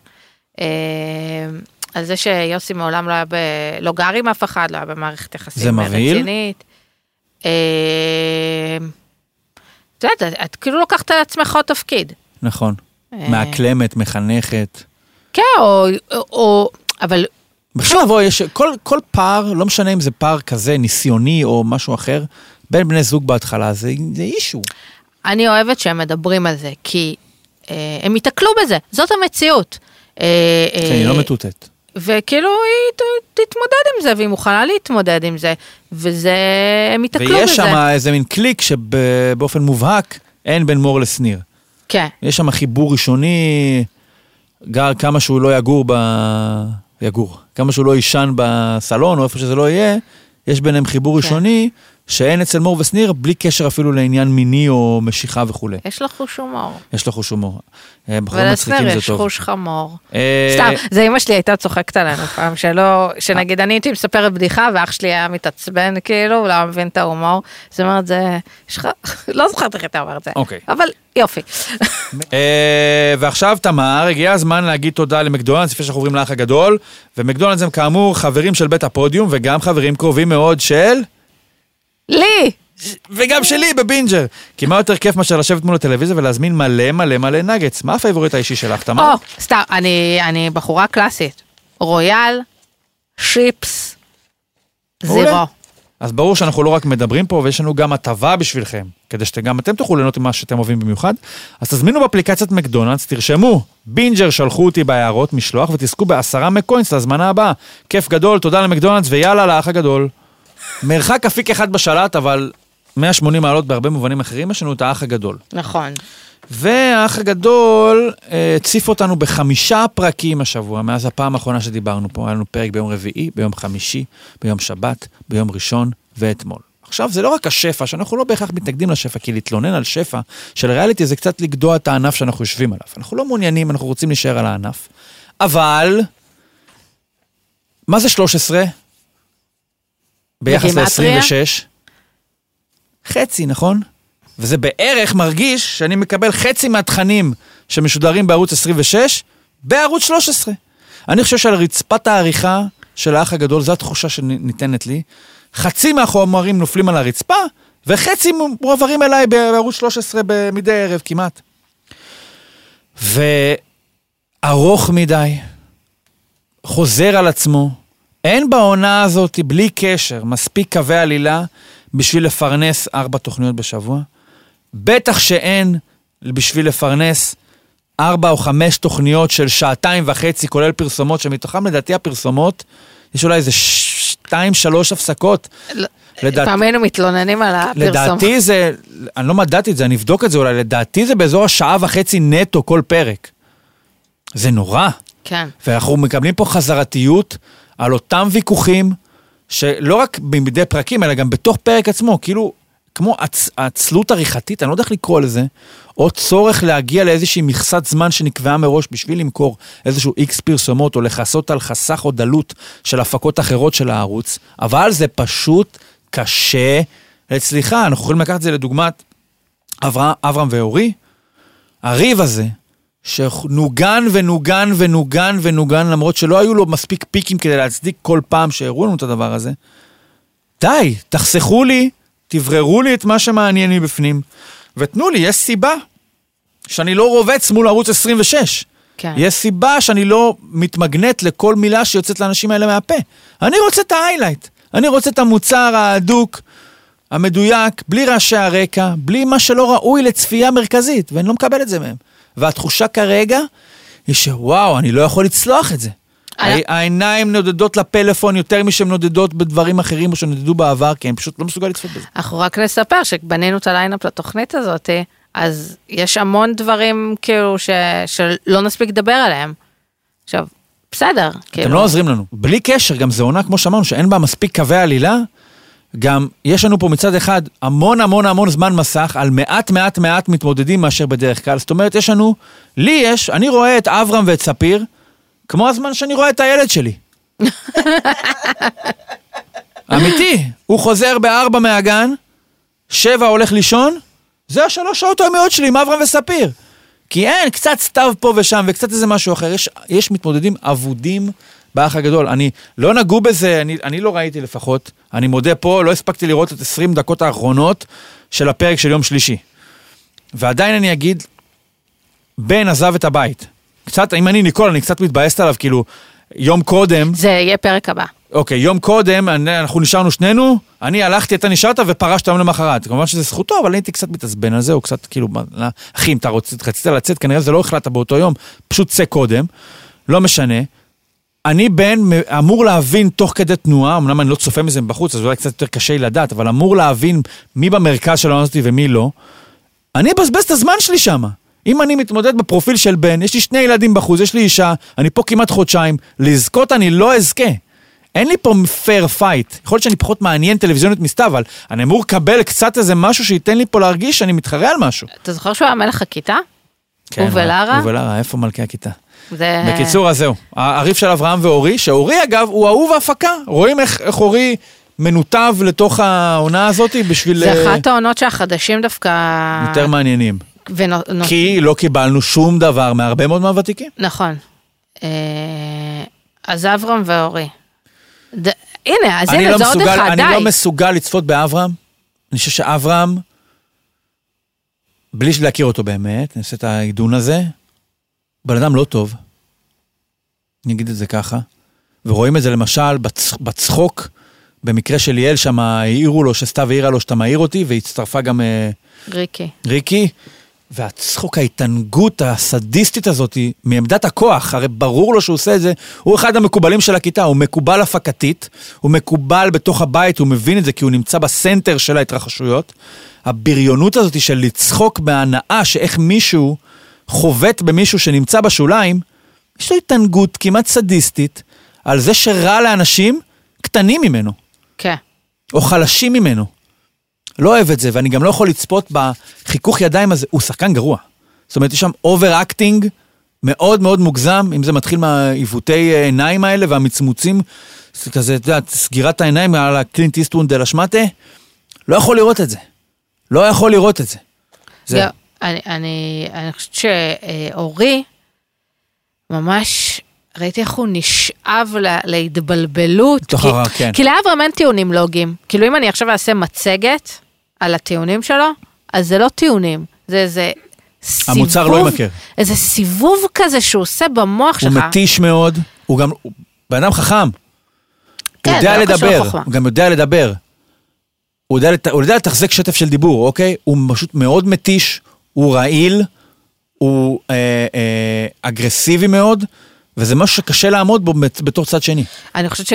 על זה שיוסי מעולם לא היה ב... לא גר עם אף אחד, לא היה במערכת יחסים רצינית. זה מבהיל? את יודעת, את כאילו לוקחת על עצמך עוד תפקיד. נכון. מאקלמת, מחנכת. כן, או... אבל... בכלל, בוא, יש, כל, כל פער, לא משנה אם זה פער כזה, ניסיוני או משהו אחר, בין בני זוג בהתחלה, זה, זה אישו. אני אוהבת שהם מדברים על זה, כי אה, הם יתקלו בזה, זאת המציאות. אה, כן, אה, היא לא מטוטט. וכאילו היא ת, תתמודד עם זה, והיא מוכנה להתמודד עם זה, וזה, הם יתקלו בזה. ויש שם איזה מין קליק שבאופן מובהק, אין בין מור לסניר. כן. יש שם חיבור ראשוני, גר כמה שהוא לא יגור ב... יגור. כמה שהוא לא יישן בסלון, או איפה שזה לא יהיה, יש ביניהם חיבור ראשוני, שאין אצל מור וסניר, בלי קשר אפילו לעניין מיני או משיכה וכו'. יש לו חוש הומור. יש לו חוש הומור. בחורים מצחיקים זה טוב. ולסניר יש חוש חמור. סתם, זה אמא שלי הייתה צוחקת עלינו פעם, שלא, שנגיד אני הייתי מספרת בדיחה, ואח שלי היה מתעצבן כאילו, לא מבין את ההומור. זאת אומרת, זה, יש לך, לא זוכרת איך אתה אומר את זה. אוקיי. אבל יופי. ועכשיו תמר, הגיע הזמן להגיד תודה למקדונלדס, לפני שאנחנו עוברים לאח הגדול, ומקדונלדס הם כאמור חברים של בית הפודיום, וגם חברים קרובים מאוד של... לי! וגם שלי בבינג'ר. כי מה יותר כיף מאשר לשבת מול הטלוויזיה ולהזמין מלא מלא מלא נגץ. מה הפייבוריט האישי שלך, תמר? או, סתם, אני, אני בחורה קלאסית. רויאל, שיפס, זירו. אז ברור שאנחנו לא רק מדברים פה, ויש לנו גם הטבה בשבילכם, כדי שגם אתם תוכלו ליהנות ממה שאתם אוהבים במיוחד. אז תזמינו באפליקציית מקדונלדס, תרשמו, בינג'ר שלחו אותי בהערות משלוח, ותזכו בעשרה מקוינס להזמנה הבאה. כיף גדול, תודה למקדונלדס, ויאללה לאח הגדול. מרחק אפיק אחד בשלט, אבל מאה ושמונים מעלות בהרבה מובנים אחרים, יש לנו את האח הגדול. נכון. והאח הגדול הציף אותנו בחמישה פרקים השבוע, מאז הפעם האחרונה שדיברנו פה. היה לנו פרק ביום רביעי, ביום חמישי, ביום שבת, ביום ראשון ואתמול. עכשיו, זה לא רק השפע, שאנחנו לא בהכרח מתנגדים לשפע, כי להתלונן על שפע של ריאליטי זה קצת לגדוע את הענף שאנחנו יושבים עליו. אנחנו לא מעוניינים, אנחנו רוצים להישאר על הענף. אבל, מה זה שלוש עשרה? ביחס ל-עשרים ושש? חצי, נכון? וזה בערך מרגיש שאני מקבל חצי מהתכנים שמשודרים בערוץ עשרים ושש, בערוץ שלוש עשרה. אני חושב שעל רצפת העריכה של האח הגדול, זו התחושה שניתנת לי, חצי מהחומרים נופלים על הרצפה, וחצי מועברים אליי בערוץ שלוש עשרה מדי ערב כמעט. וארוך מדי, חוזר על עצמו, אין בעונה הזאת בלי קשר מספיק קווי עלילה בשביל לפרנס ארבע תוכניות בשבוע, בטח שאין בשביל לפרנס ארבע או חמש תוכניות של שעתיים וחצי, כולל פרסומות, שמתוכם לדעתי הפרסומות, יש אולי איזה שתיים, שלוש הפסקות. פעם היינו מתלוננים על הפרסום. לדעתי זה, אני לא מדעתי את זה, אני אבדוק את זה אולי, לדעתי זה באזור השעה וחצי נטו כל פרק. זה נורא. כן. ואנחנו מקבלים פה חזרתיות על אותם ויכוחים, שלא רק במדי פרקים, אלא גם בתוך פרק עצמו, כאילו, כמו הצ... הצלות עריכתית, אני לא יודע איך לקרוא לזה, או צורך להגיע לאיזושהי מכסת זמן שנקבעה מראש בשביל למכור איזשהו איקס פרסומות, או לחסות על חסך או דלות של הפקות אחרות של הערוץ, אבל זה פשוט קשה. סליחה, אנחנו יכולים לקחת את זה לדוגמת אברהם, אברהם ואורי, הריב הזה, שנוגן ונוגן ונוגן ונוגן, למרות שלא היו לו מספיק פיקים כדי להצדיק כל פעם שהראו לנו את הדבר הזה. די, תחסכו לי, תבררו לי את מה שמעניין לי בפנים, ותנו לי, יש סיבה שאני לא רובץ מול ערוץ עשרים ושש. כן. יש סיבה שאני לא מתמגנט לכל מילה שיוצאת לאנשים האלה מהפה. אני רוצה את ההיילייט, אני רוצה את המוצר ההדוק, המדויק, בלי רעשי הרקע, בלי מה שלא ראוי לצפייה מרכזית, ואני לא מקבל את זה מהם. והתחושה כרגע היא שוואו, אני לא יכול לצלוח את זה. העיניים נודדות לפלאפון יותר משהם נודדות בדברים אחרים או שנודדו בעבר, כי הם פשוט לא מסוגל לצפות בזה. אנחנו רק נספר שבנינו את הליינאפ לתוכנית הזאת, אז יש המון דברים כאילו שלא נספיק לדבר עליהם. עכשיו, בסדר. אתם לא עוזרים לנו. בלי קשר, גם זה עונה כמו שאמרנו, שאין בה מספיק קווי עלילה, גם יש לנו פה מצד אחד המון המון המון זמן מסך על מעט מעט מעט מתמודדים מאשר בדרך כלל. זאת אומרת, יש לנו, לי יש, אני רואה את אברהם ואת ספיר, כמו הזמן שאני רואה את הילד שלי. אמיתי, הוא חוזר בארבע מהגן, שבע הולך לישון, זה השלוש שעות היומיות שלי עם אברהם וספיר. כי אין, קצת סתיו פה ושם, וקצת איזה משהו אחר. יש, יש מתמודדים אבודים באח הגדול. אני לא נגעו בזה, אני, אני לא ראיתי לפחות. אני מודה פה, לא הספקתי לראות את עשרים דקות האחרונות של הפרק של יום שלישי. ועדיין אני אגיד, בן עזב את הבית. קצת, אם אני ניקול, אני קצת מתבאסת עליו, כאילו, יום קודם... זה יהיה פרק הבא. אוקיי, יום קודם, אנחנו נשארנו שנינו, אני הלכתי, אתה נשארת ופרשת יום למחרת. כמובן שזה זכותו, אבל אני הייתי קצת מתעצבן על זה, או קצת כאילו, אחי, אם אתה רצית לצאת, כנראה זה לא החלטת באותו יום, פשוט צא קודם, לא משנה. אני בן אמור להבין תוך כדי תנועה, אמנם אני לא צופה מזה בחוץ, אז אולי קצת יותר קשה לי לדעת, אבל אמור להבין מי במרכז של העונה הזאת ומי לא. אני אבזבז את הזמן שלי שם. אם אני מתמודד בפרופיל של בן, יש לי שני ילדים בחוץ, יש לי אישה, אני פה כמעט חודשיים, לזכות אני לא אזכה. אין לי פה פייר פייט. יכול להיות שאני פחות מעניין טלוויזיונית מסתה, אבל אני אמור לקבל קצת איזה משהו שייתן לי פה להרגיש שאני מתחרה על משהו. אתה זוכר שהוא היה מלך הכיתה? כן, הוא ולרה? הוא ולרה, איפה מלכי הכיתה? זה... בקיצור, אז זהו. הריב של אברהם ואורי, שאורי אגב הוא אהוב ההפקה. רואים איך, איך אורי מנותב לתוך העונה הזאת בשביל... זה אחת העונות שהחדשים דווקא... יותר מעניינים. ונו... כי לא קיבלנו שום דבר מהרבה מאוד מהוותיקים. נכון. אז אברהם ואורי. ד... הנה, אז הנה, לא זה עוד מסוגל, אחד, אני די. לא מסוגל לצפות באברהם. אני חושב שאברהם, בלי להכיר אותו באמת, אני עושה את העידון הזה, בן אדם לא טוב. אני אגיד את זה ככה. ורואים את זה למשל בצ... בצחוק, במקרה של ליאל שם העירו לו, שסתיו העירה לו שאתה מעיר אותי, והצטרפה גם... ריקי. ריקי. והצחוק, ההתענגות הסדיסטית הזאת, מעמדת הכוח, הרי ברור לו שהוא עושה את זה, הוא אחד המקובלים של הכיתה, הוא מקובל הפקתית, הוא מקובל בתוך הבית, הוא מבין את זה, כי הוא נמצא בסנטר של ההתרחשויות. הבריונות הזאת של לצחוק בהנאה, שאיך מישהו חובט במישהו שנמצא בשוליים, יש לו התענגות כמעט סדיסטית, על זה שרע לאנשים קטנים ממנו. כן. או חלשים ממנו. לא אוהב את זה, ואני גם לא יכול לצפות בחיכוך ידיים הזה, הוא שחקן גרוע. זאת אומרת, יש שם אובר-אקטינג מאוד מאוד מוגזם, אם זה מתחיל מהעיוותי עיניים האלה, והמצמוצים, כזה, אתה יודע, סגירת העיניים על הקלינט איסטוונד דל השמטה, לא יכול לראות את זה. לא יכול לראות את זה. זה. אני, אני, אני חושבת שאורי, ממש... ראיתי איך הוא נשאב לה, להתבלבלות. תוך כי, הרע, כן. כי לאברהם אין טיעונים לוגיים. כאילו אם אני עכשיו אעשה מצגת על הטיעונים שלו, אז זה לא טיעונים. זה איזה סיבוב. המוצר לא ימכר. איזה סיבוב כזה שהוא עושה במוח שלך. הוא מתיש מאוד. הוא גם, הוא בן אדם חכם. כן, הוא יודע זה לא קשור לדבר. לחוכמה. הוא גם יודע לדבר. הוא יודע, הוא יודע לתחזק שטף של דיבור, אוקיי? הוא פשוט מאוד מתיש. הוא רעיל. הוא אה, אה, אגרסיבי מאוד. וזה משהו שקשה לעמוד בו בתור צד שני. אני חושבת שגם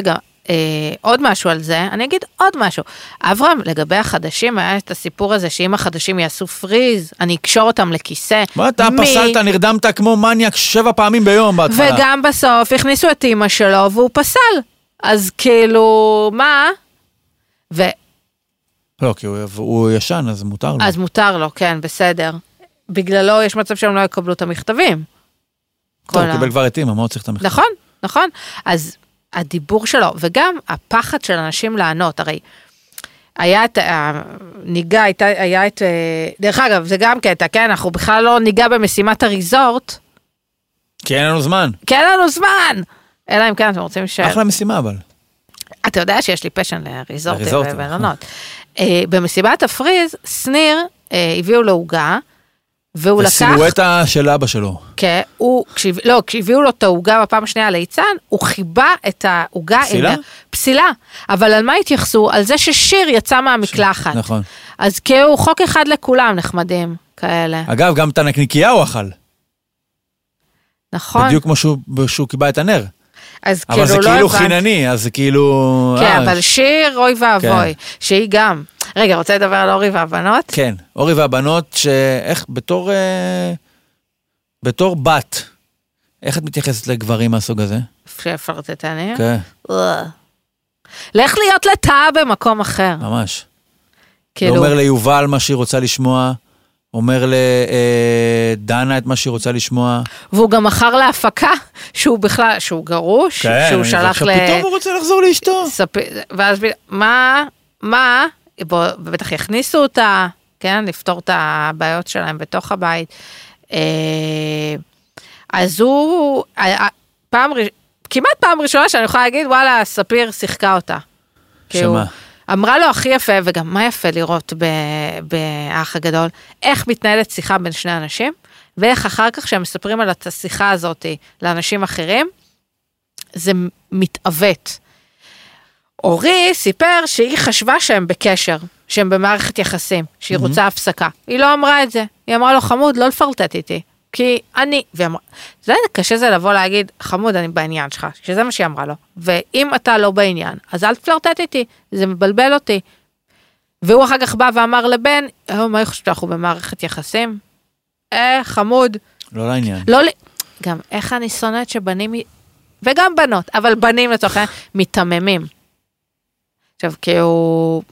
אה, עוד משהו על זה, אני אגיד עוד משהו. אברהם, לגבי החדשים, היה את הסיפור הזה, שאם החדשים יעשו פריז, אני אקשור אותם לכיסא. מה אתה מ... פסלת, נרדמת כמו מניאק שבע פעמים ביום בהתחלה. וגם בסוף הכניסו את אמא שלו, והוא פסל. אז כאילו, מה? ו... לא, כי הוא, הוא ישן, אז מותר לו. אז מותר לו, כן, בסדר. בגללו יש מצב שהם לא יקבלו את המכתבים. טוב, הוא קיבל כבר את אמא, מה הוא צריך את המכתב? נכון, נכון. אז הדיבור שלו, וגם הפחד של אנשים לענות, הרי היה את, הניגה, הייתה, היה את, דרך אגב, זה גם קטע, כן, אנחנו בכלל לא ניגע במשימת הריזורט. כי אין לנו זמן. כי אין לנו זמן! אלא אם כן, אתם רוצים ש... אחלה משימה, אבל. אתה יודע שיש לי פשן לריזורטים ובלונות. במסיבת הפריז, סניר הביאו לו עוגה, והוא לקח... הסילואטה של אבא שלו. כן, הוא, כשהב... לא, כשהביאו לו את העוגה בפעם השנייה ליצן, הוא חיבה את העוגה... פסילה? עם... פסילה. אבל על מה התייחסו? על זה ששיר יצא מהמקלחת. נכון. אז כאילו חוק אחד לכולם נחמדים כאלה. אגב, גם את הנקניקייה הוא אכל. נכון. בדיוק כמו שהוא, שהוא קיבל את הנר. אז אבל זה כאילו כאילו לא חינני, אז זה כאילו... כן, אה, אבל שיר, אוי ואבוי, שהיא גם... רגע, רוצה לדבר על אורי והבנות? כן, אורי והבנות, שאיך, בתור... אה, בתור בת, איך את מתייחסת לגברים מהסוג הזה? שפרטטני? כן. לך להיות לתאה במקום אחר. ממש. כאילו... אומר ליובל מה שהיא רוצה לשמוע, אומר לדנה את מה שהיא רוצה לשמוע. והוא גם מכר להפקה, שהוא בכלל, שהוא גרוש, כן, שהוא שלח ל... פתאום הוא רוצה לחזור לאשתו. ספ... ואז מה, מה, בוא, בטח יכניסו אותה, כן, לפתור את הבעיות שלהם בתוך הבית. אז הוא, פעם, כמעט פעם ראשונה שאני יכולה להגיד, וואלה, ספיר שיחקה אותה. שמה? אמרה לו הכי יפה, וגם מה יפה לראות באח הגדול, איך מתנהלת שיחה בין שני אנשים, ואיך אחר כך שהם מספרים על השיחה הזאת לאנשים אחרים, זה מתעוות. אורי סיפר שהיא חשבה שהם בקשר, שהם במערכת יחסים, שהיא רוצה הפסקה. היא לא אמרה את זה, היא אמרה לו חמוד, לא לפרטט איתי, כי אני, ואמרה, זה קשה זה לבוא להגיד, חמוד, אני בעניין שלך, שזה מה שהיא אמרה לו, ואם אתה לא בעניין, אז אל תפלרטט איתי, זה מבלבל אותי. והוא אחר כך בא ואמר לבן, אה, מה היא חושבת, אנחנו במערכת יחסים? אה, חמוד. לא לעניין. לא, גם איך אני שונאת שבנים, וגם בנות, אבל בנים לתוך העניין, מתממים. עכשיו, כאילו,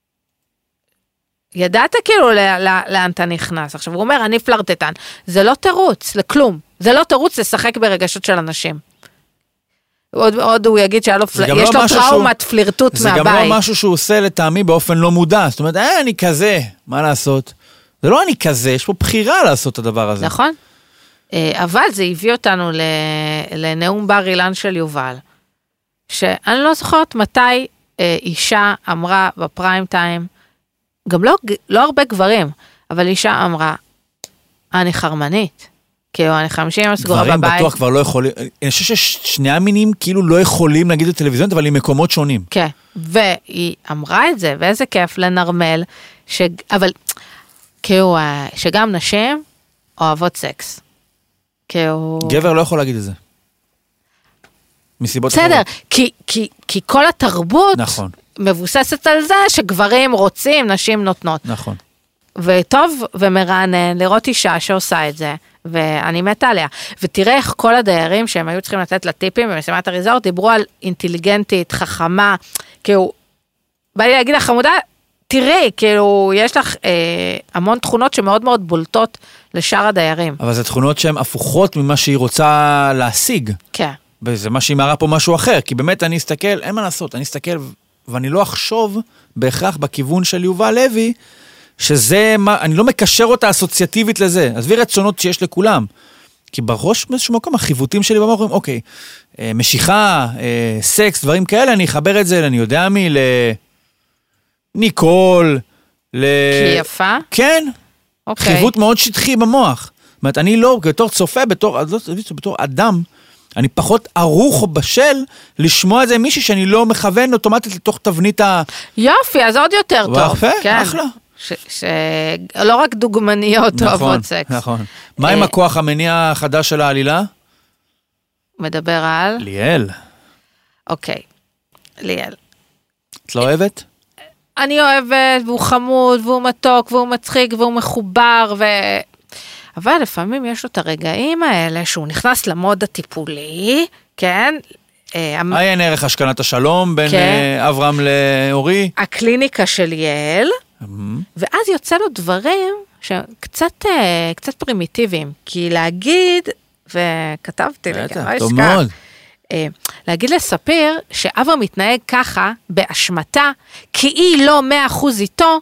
ידעת כאילו לאן אתה נכנס. עכשיו, הוא אומר, אני פלרטטן. זה לא תירוץ, לכלום. זה לא תירוץ לשחק ברגשות של אנשים. עוד, עוד הוא יגיד שיש לו, לו טראומת פלירטוט זה מהבית. זה גם לא משהו שהוא עושה לטעמי באופן לא מודע. זאת אומרת, אה, אני כזה, מה לעשות? זה לא אני כזה, יש פה בחירה לעשות את הדבר הזה. נכון. אבל זה הביא אותנו לנאום בר אילן של יובל, שאני לא זוכרת מתי אישה אמרה בפריים טיים, גם לא, לא הרבה גברים, אבל אישה אמרה, אני חרמנית, כאילו אני חמישים סגורה בבית. גברים בטוח כבר לא יכולים, אני חושב ששני המינים כאילו לא יכולים להגיד בטלוויזיון, אבל עם מקומות שונים. כן, והיא אמרה את זה, ואיזה כיף לנרמל, ש... אבל כאילו, שגם נשים אוהבות סקס. כאילו... גבר לא יכול להגיד את זה. מסיבות בסדר, כי, כי, כי כל התרבות נכון. מבוססת על זה שגברים רוצים, נשים נותנות. נכון. וטוב ומרענן לראות אישה שעושה את זה, ואני מתה עליה. ותראה איך כל הדיירים שהם היו צריכים לתת לה טיפים במשימת הריזורט, דיברו על אינטליגנטית, חכמה, כאילו, בא לי להגיד לך חמודה, תראי, כאילו, יש לך אה, המון תכונות שמאוד מאוד בולטות לשאר הדיירים. אבל זה תכונות שהן הפוכות ממה שהיא רוצה להשיג. כן. וזה מה שהיא מראה פה משהו אחר, כי באמת אני אסתכל, אין מה לעשות, אני אסתכל ואני לא אחשוב בהכרח בכיוון של יובל לוי, שזה, מה, אני לא מקשר אותה אסוציאטיבית לזה, עזבי רצונות שיש לכולם, כי בראש באיזשהו מקום, החיווטים שלי במקום, אוקיי, משיכה, סקס, דברים כאלה, אני אחבר את זה, אני יודע מי, לניקול, ל... כי יפה? כן, אוקיי. חיווט מאוד שטחי במוח, זאת אומרת, אני לא, בתור צופה, בתור, בתור אדם, אני פחות ערוך או בשל לשמוע את זה מישהי שאני לא מכוון אוטומטית לתוך תבנית ה... יופי, אז עוד יותר טוב. יפה, כן. אחלה. שלא רק דוגמניות נכון, אוהבות סקס. נכון. מה עם הכוח המניע החדש של העלילה? מדבר על? ליאל. אוקיי. ליאל. את לא אוהבת? אני אוהבת, והוא חמוד, והוא מתוק, והוא מצחיק, והוא מחובר, ו... אבל לפעמים יש לו את הרגעים האלה, שהוא נכנס למוד הטיפולי, כן? עיין ערך השכנת השלום, בין אברהם לאורי. הקליניקה של יעל, ואז יוצא לו דברים שקצת קצת פרימיטיביים, כי להגיד, וכתבתי לי, בטח, טוב מאוד. להגיד לספיר שאברהם מתנהג ככה באשמתה, כי היא לא מאה אחוז איתו,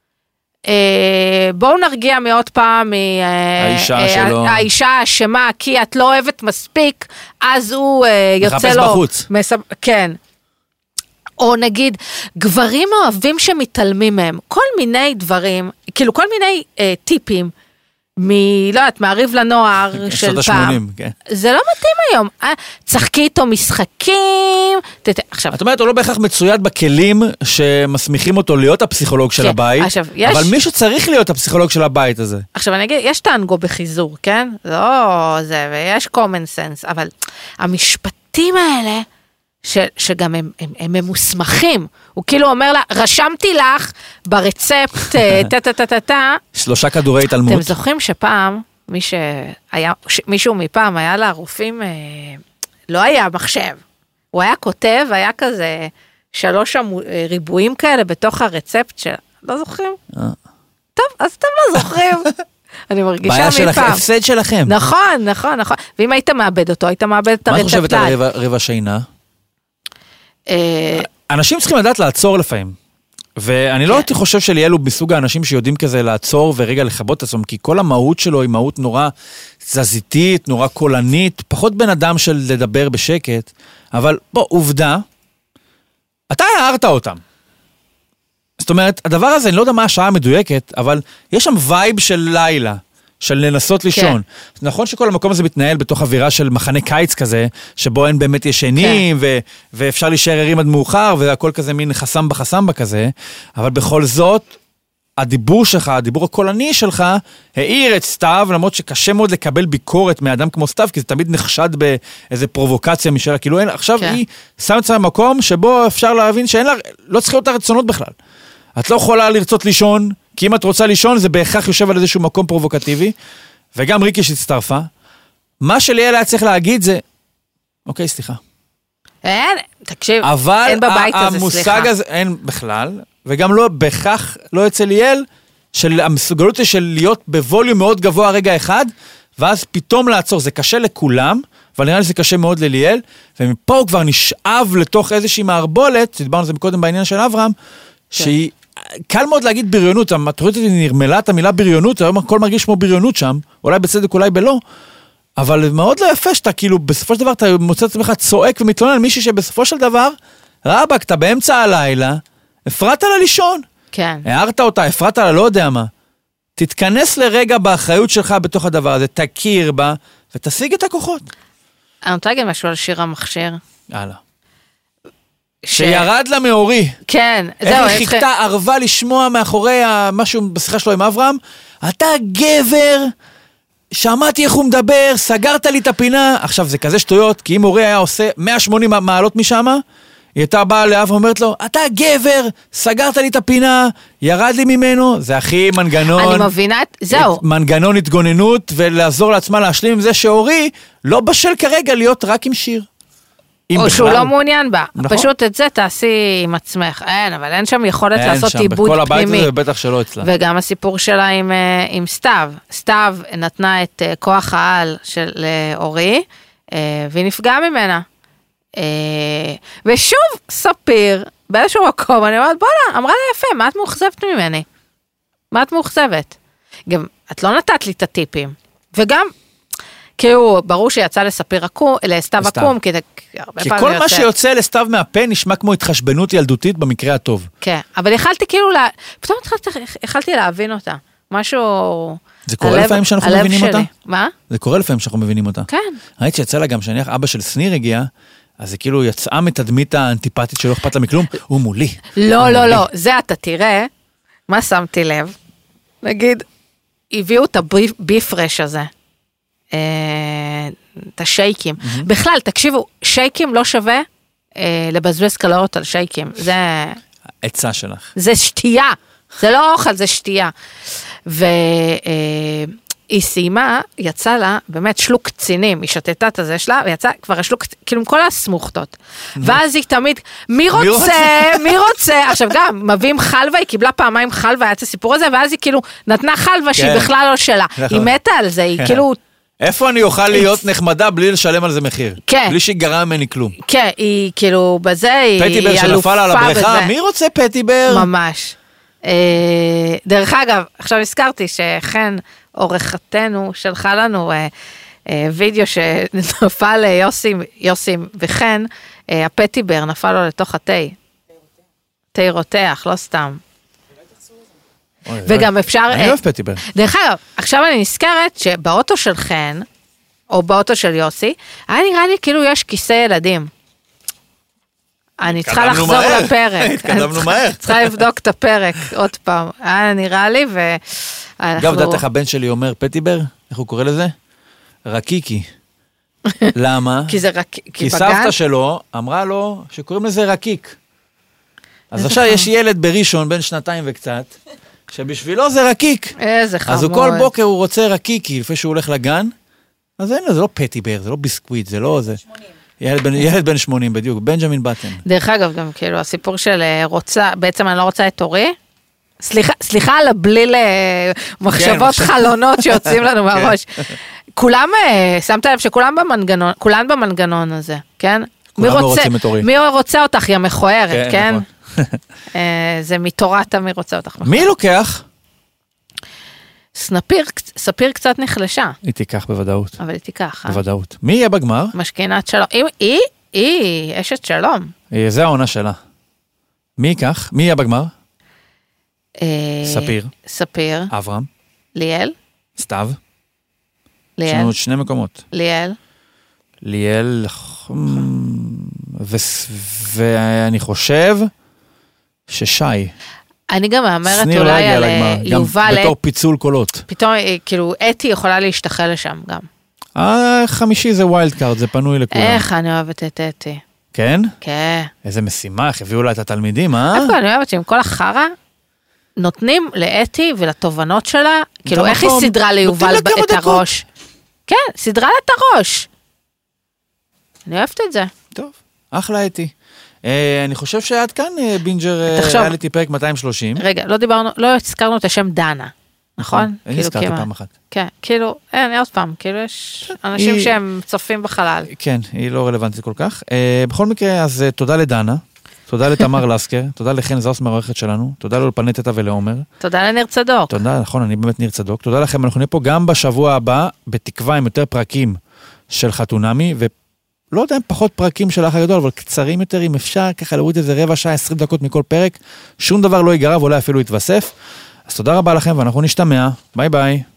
בואו נרגיע מעוד פעם האישה שלו. האישה האשמה, כי את לא אוהבת מספיק, אז הוא יוצא לו... מחפש בחוץ. כן. או נגיד, גברים אוהבים שמתעלמים מהם, כל מיני דברים, כאילו כל מיני טיפים, מ... לא יודעת, מעריב לנוער של פעם. כן. זה לא מתאים היום. צחקי איתו משחקים. עכשיו... את אומרת, הוא לא בהכרח מצויד בכלים שמסמיכים אותו להיות הפסיכולוג של הבית, עכשיו, יש... אבל מישהו צריך להיות הפסיכולוג של הבית הזה. עכשיו אני אגיד, יש טנגו בחיזור, כן? לא זה, ויש common sense, אבל המשפטים האלה, ש, שגם הם, הם, הם ממוסמכים. הוא כאילו אומר לה, רשמתי לך ברצפט, טה-טה-טה-טה. שלושה כדורי התעלמות. אתם זוכרים שפעם, מי שהיה, מישהו מפעם היה לרופאים, לא היה מחשב. הוא היה כותב, היה כזה שלוש ריבועים כאלה בתוך הרצפט של... לא זוכרים? טוב, אז אתם לא זוכרים. אני מרגישה מפעם. בעיה שלכם, הפסד שלכם. נכון, נכון, נכון. ואם היית מאבד אותו, היית מאבד את הרצפט. מה את חושבת על רבע שינה? אנשים צריכים לדעת לעצור לפעמים, ואני לא הייתי חושב שליאל הוא בסוג האנשים שיודעים כזה לעצור ורגע לחבות את עצמם, כי כל המהות שלו היא מהות נורא תזזיתית, נורא קולנית, פחות בן אדם של לדבר בשקט, אבל בוא, עובדה, אתה הערת אותם. זאת אומרת, הדבר הזה, אני לא יודע מה השעה המדויקת, אבל יש שם וייב של לילה, של לנסות לישון. כן. נכון שכל המקום הזה מתנהל בתוך אווירה של מחנה קיץ כזה, שבו אין באמת ישנים, כן. ו- ואפשר להישאר ערים עד מאוחר, והכל כזה מין חסם בחסם בכזה, אבל בכל זאת, הדיבור שלך, הדיבור הקולני שלך, העיר את סתיו, למרות שקשה מאוד לקבל ביקורת מאדם כמו סתיו, כי זה תמיד נחשד באיזה פרובוקציה משלה, כאילו אין, עכשיו כן. היא שמת את המקום שבו אפשר להבין שאין לה, לא צריך להיות הרצונות בכלל. את לא יכולה לרצות לישון, כי אם את רוצה לישון, זה בהכרח יושב על איזשהו מקום פרובוקטיבי, וגם ריקי שהצטרפה. מה שליאל היה צריך להגיד זה, אוקיי, סליחה. אין, תקשיב, אין בבית הזה, המושג סליחה. הזה, אין בכלל, וגם לא בהכרח, לא אצל ליאל, של המסוגלות של להיות בווליום מאוד גבוה רגע אחד, ואז פתאום לעצור, זה קשה לכולם, אבל נראה לי זה קשה מאוד לליאל, ומפה הוא כבר נשאב לתוך איזושהי מערבולת, דיברנו על זה מקודם בעניין של אברהם, שהיא, קל מאוד להגיד בריונות, התוכנית הזאת נרמלה את המילה בריונות, הכל מרגיש כמו בריונות שם, אולי בצדק, אולי בלא, אבל מאוד לא יפה שאתה כאילו, בסופו של דבר אתה מוצא את עצמך צועק ומתלונן על מישהו שבסופו של דבר, רבק, אתה באמצע הלילה, הפרעת לה לישון. כן. הערת אותה, הפרעת לה, לא יודע מה. תתכנס לרגע באחריות שלך בתוך הדבר הזה, תכיר בה, ותשיג את הכוחות. אני רוצה להגיד משהו על שיר המכשיר. הלאה. שירד לה מאורי. כן. איך היא חיכתה ערבה לשמוע מאחורי משהו בשיחה שלו עם אברהם, אתה גבר, שמעתי איך הוא מדבר, סגרת לי את הפינה, עכשיו זה כזה שטויות, כי אם אורי היה עושה מאה ושמונים מעלות משם, היא הייתה באה לאב ואומרת לו, אתה גבר, סגרת לי את הפינה, ירד לי ממנו, זה הכי מנגנון. אני מבינה, זהו. מנגנון התגוננות, ולעזור לעצמה להשלים עם זה שאורי לא בשל כרגע להיות רק עם שיר. או שהוא לא מעוניין בה. פשוט את זה תעשי עם עצמך. אין, אבל אין שם יכולת לעשות עיבוד פנימי. בכל הבית הזה בטח שלא אצלה. וגם הסיפור שלה עם סתיו. סתיו נתנה את כוח העל של אורי, והיא נפגעה ממנה. ושוב ספיר, באיזשהו מקום, אני אומרת, בוא'נה, אמרה לה יפה, מה את מאוכזבת ממני? מה את מאוכזבת? גם, את לא נתת לי את הטיפים. וגם, כאילו, ברור שיצא לספיר עקום, לסתיו עקום, כי כי כל מה שיוצא לסתיו מהפה נשמע כמו התחשבנות ילדותית במקרה הטוב. כן, אבל יכלתי כאילו, פתאום יכלתי להבין אותה. משהו... זה קורה לפעמים שאנחנו מבינים אותה? מה? זה קורה לפעמים שאנחנו מבינים אותה. כן. ראיתי שיצא לה גם שנניח אבא של סניר הגיע, אז זה כאילו יצאה מתדמית האנטיפטית שלא אכפת לה מכלום, הוא מולי. לא, לא, לא, זה אתה תראה, מה שמתי לב? נגיד, הביאו את הביפרש הזה, את השייקים. בכלל, תקשיבו, שייקים לא שווה אה, לבזבז קלוריות על שייקים. זה... עצה שלך. זה שתייה. זה לא אוכל, זה שתייה. והיא סיימה, יצא לה באמת שלוק קצינים, היא שתתה את הזה שלה, ויצא כבר השלוק, כאילו עם כל הסמוכתות. ואז היא תמיד, מי רוצה, מי רוצה, עכשיו גם, מביאים חלווה, היא קיבלה פעמיים חלווה, היה את הסיפור הזה, ואז היא כאילו נתנה חלווה שהיא בכלל לא שלה. היא מתה על זה, היא כאילו... איפה אני אוכל להיות נחמדה בלי לשלם על זה מחיר? כן. בלי שיגרע ממני כלום. כן, היא כאילו, בזה היא אלופה בזה. פטיבר שנפל על הבריכה, מי רוצה פטיבר? ממש. דרך אגב, עכשיו הזכרתי שחן עורכתנו שלחה לנו וידאו שנפל יוסי וחן, הפטיבר נפל לו לתוך התה. תה רותח, לא סתם. וגם אפשר... אני אוהב פטיבר. דרך אגב, עכשיו אני נזכרת שבאוטו של חן, או באוטו של יוסי, היה נראה לי כאילו יש כיסא ילדים. אני צריכה לחזור לפרק. התקדמנו מהר. צריכה לבדוק את הפרק עוד פעם. היה נראה לי ו... אגב, דעת איך הבן שלי אומר פטיבר? איך הוא קורא לזה? רקיקי. למה? כי זה רק... כי סבתא שלו אמרה לו שקוראים לזה רקיק. אז עכשיו יש ילד בראשון בין שנתיים וקצת, שבשבילו זה רקיק. איזה חמוד. אז הוא כל בוקר הוא רוצה רקיקי, לפני שהוא הולך לגן, אז אין לו, זה לא פטיבר, זה לא ביסקוויט, זה לא זה. ילד בן, ילד בן שמונים בדיוק, בנג'מין בטן. דרך אגב, גם כאילו הסיפור של רוצה, בעצם אני לא רוצה את אורי, סליחה, סליחה על הבליל מחשבות חלונות שיוצאים לנו מהראש. כולם, שמת לב שכולם במנגנון, כולן במנגנון הזה, כן? כולם לא רוצים את אורי. מי רוצה אותך, היא מכוערת, כן? זה מתורת מי רוצה אותך. מי לוקח? ספיר, ספיר קצת נחלשה. היא תיקח בוודאות. אבל היא תיקח. בוודאות. מי יהיה בגמר? משכינת שלום. היא, היא אשת שלום. זה העונה שלה. מי ייקח? מי יהיה בגמר? ספיר. ספיר. אברהם. ליאל. סתיו. ליאל. יש לנו עוד שני מקומות. ליאל. ליאל, ואני חושב ששי. אני גם מאמרת אולי על יובל. גם בתור פיצול קולות. פתאום, כאילו, אתי יכולה להשתחל לשם גם. החמישי זה ווילד קארד, זה פנוי לכולם. איך אני אוהבת את אתי. כן? כן. איזה משימה, איך הביאו לה את התלמידים, אה? איפה אני אוהבת שעם כל החרה, נותנים לאתי ולתובנות שלה, כאילו איך היא סדרה ליובל את הראש. כן, סדרה לה את הראש. אני אוהבת את זה. טוב, אחלה אתי. אני חושב שעד כאן בינג'ר היה לי פרק מאתיים ושלושים. רגע, לא דיברנו, לא הזכרנו את השם דנה, נכון? אני הזכרתי פעם אחת. כן, כאילו, אין, עוד פעם, כאילו יש אנשים שהם צופים בחלל. כן, היא לא רלוונטית כל כך. בכל מקרה, אז תודה לדנה, תודה לתמר לסקר, תודה לחן זאוסמר העורכת שלנו, תודה לאולפני תטא ולעומר. תודה לניר צדוק. תודה, נכון, אני באמת ניר צדוק. תודה לכם, אנחנו נהיה פה גם בשבוע הבא, בתקווה עם יותר פרקים של חתונמי, ולא יודע אם פחות פרקים של האח הגדול, אבל קצרים יותר, אם אפשר ככה להוריד איזה רבע שעה, עשרים דקות מכל פרק, שום דבר לא ייגרע, ואולי אפילו יתווסף. אז תודה רבה לכם, ואנחנו נשתמע. ביי ביי.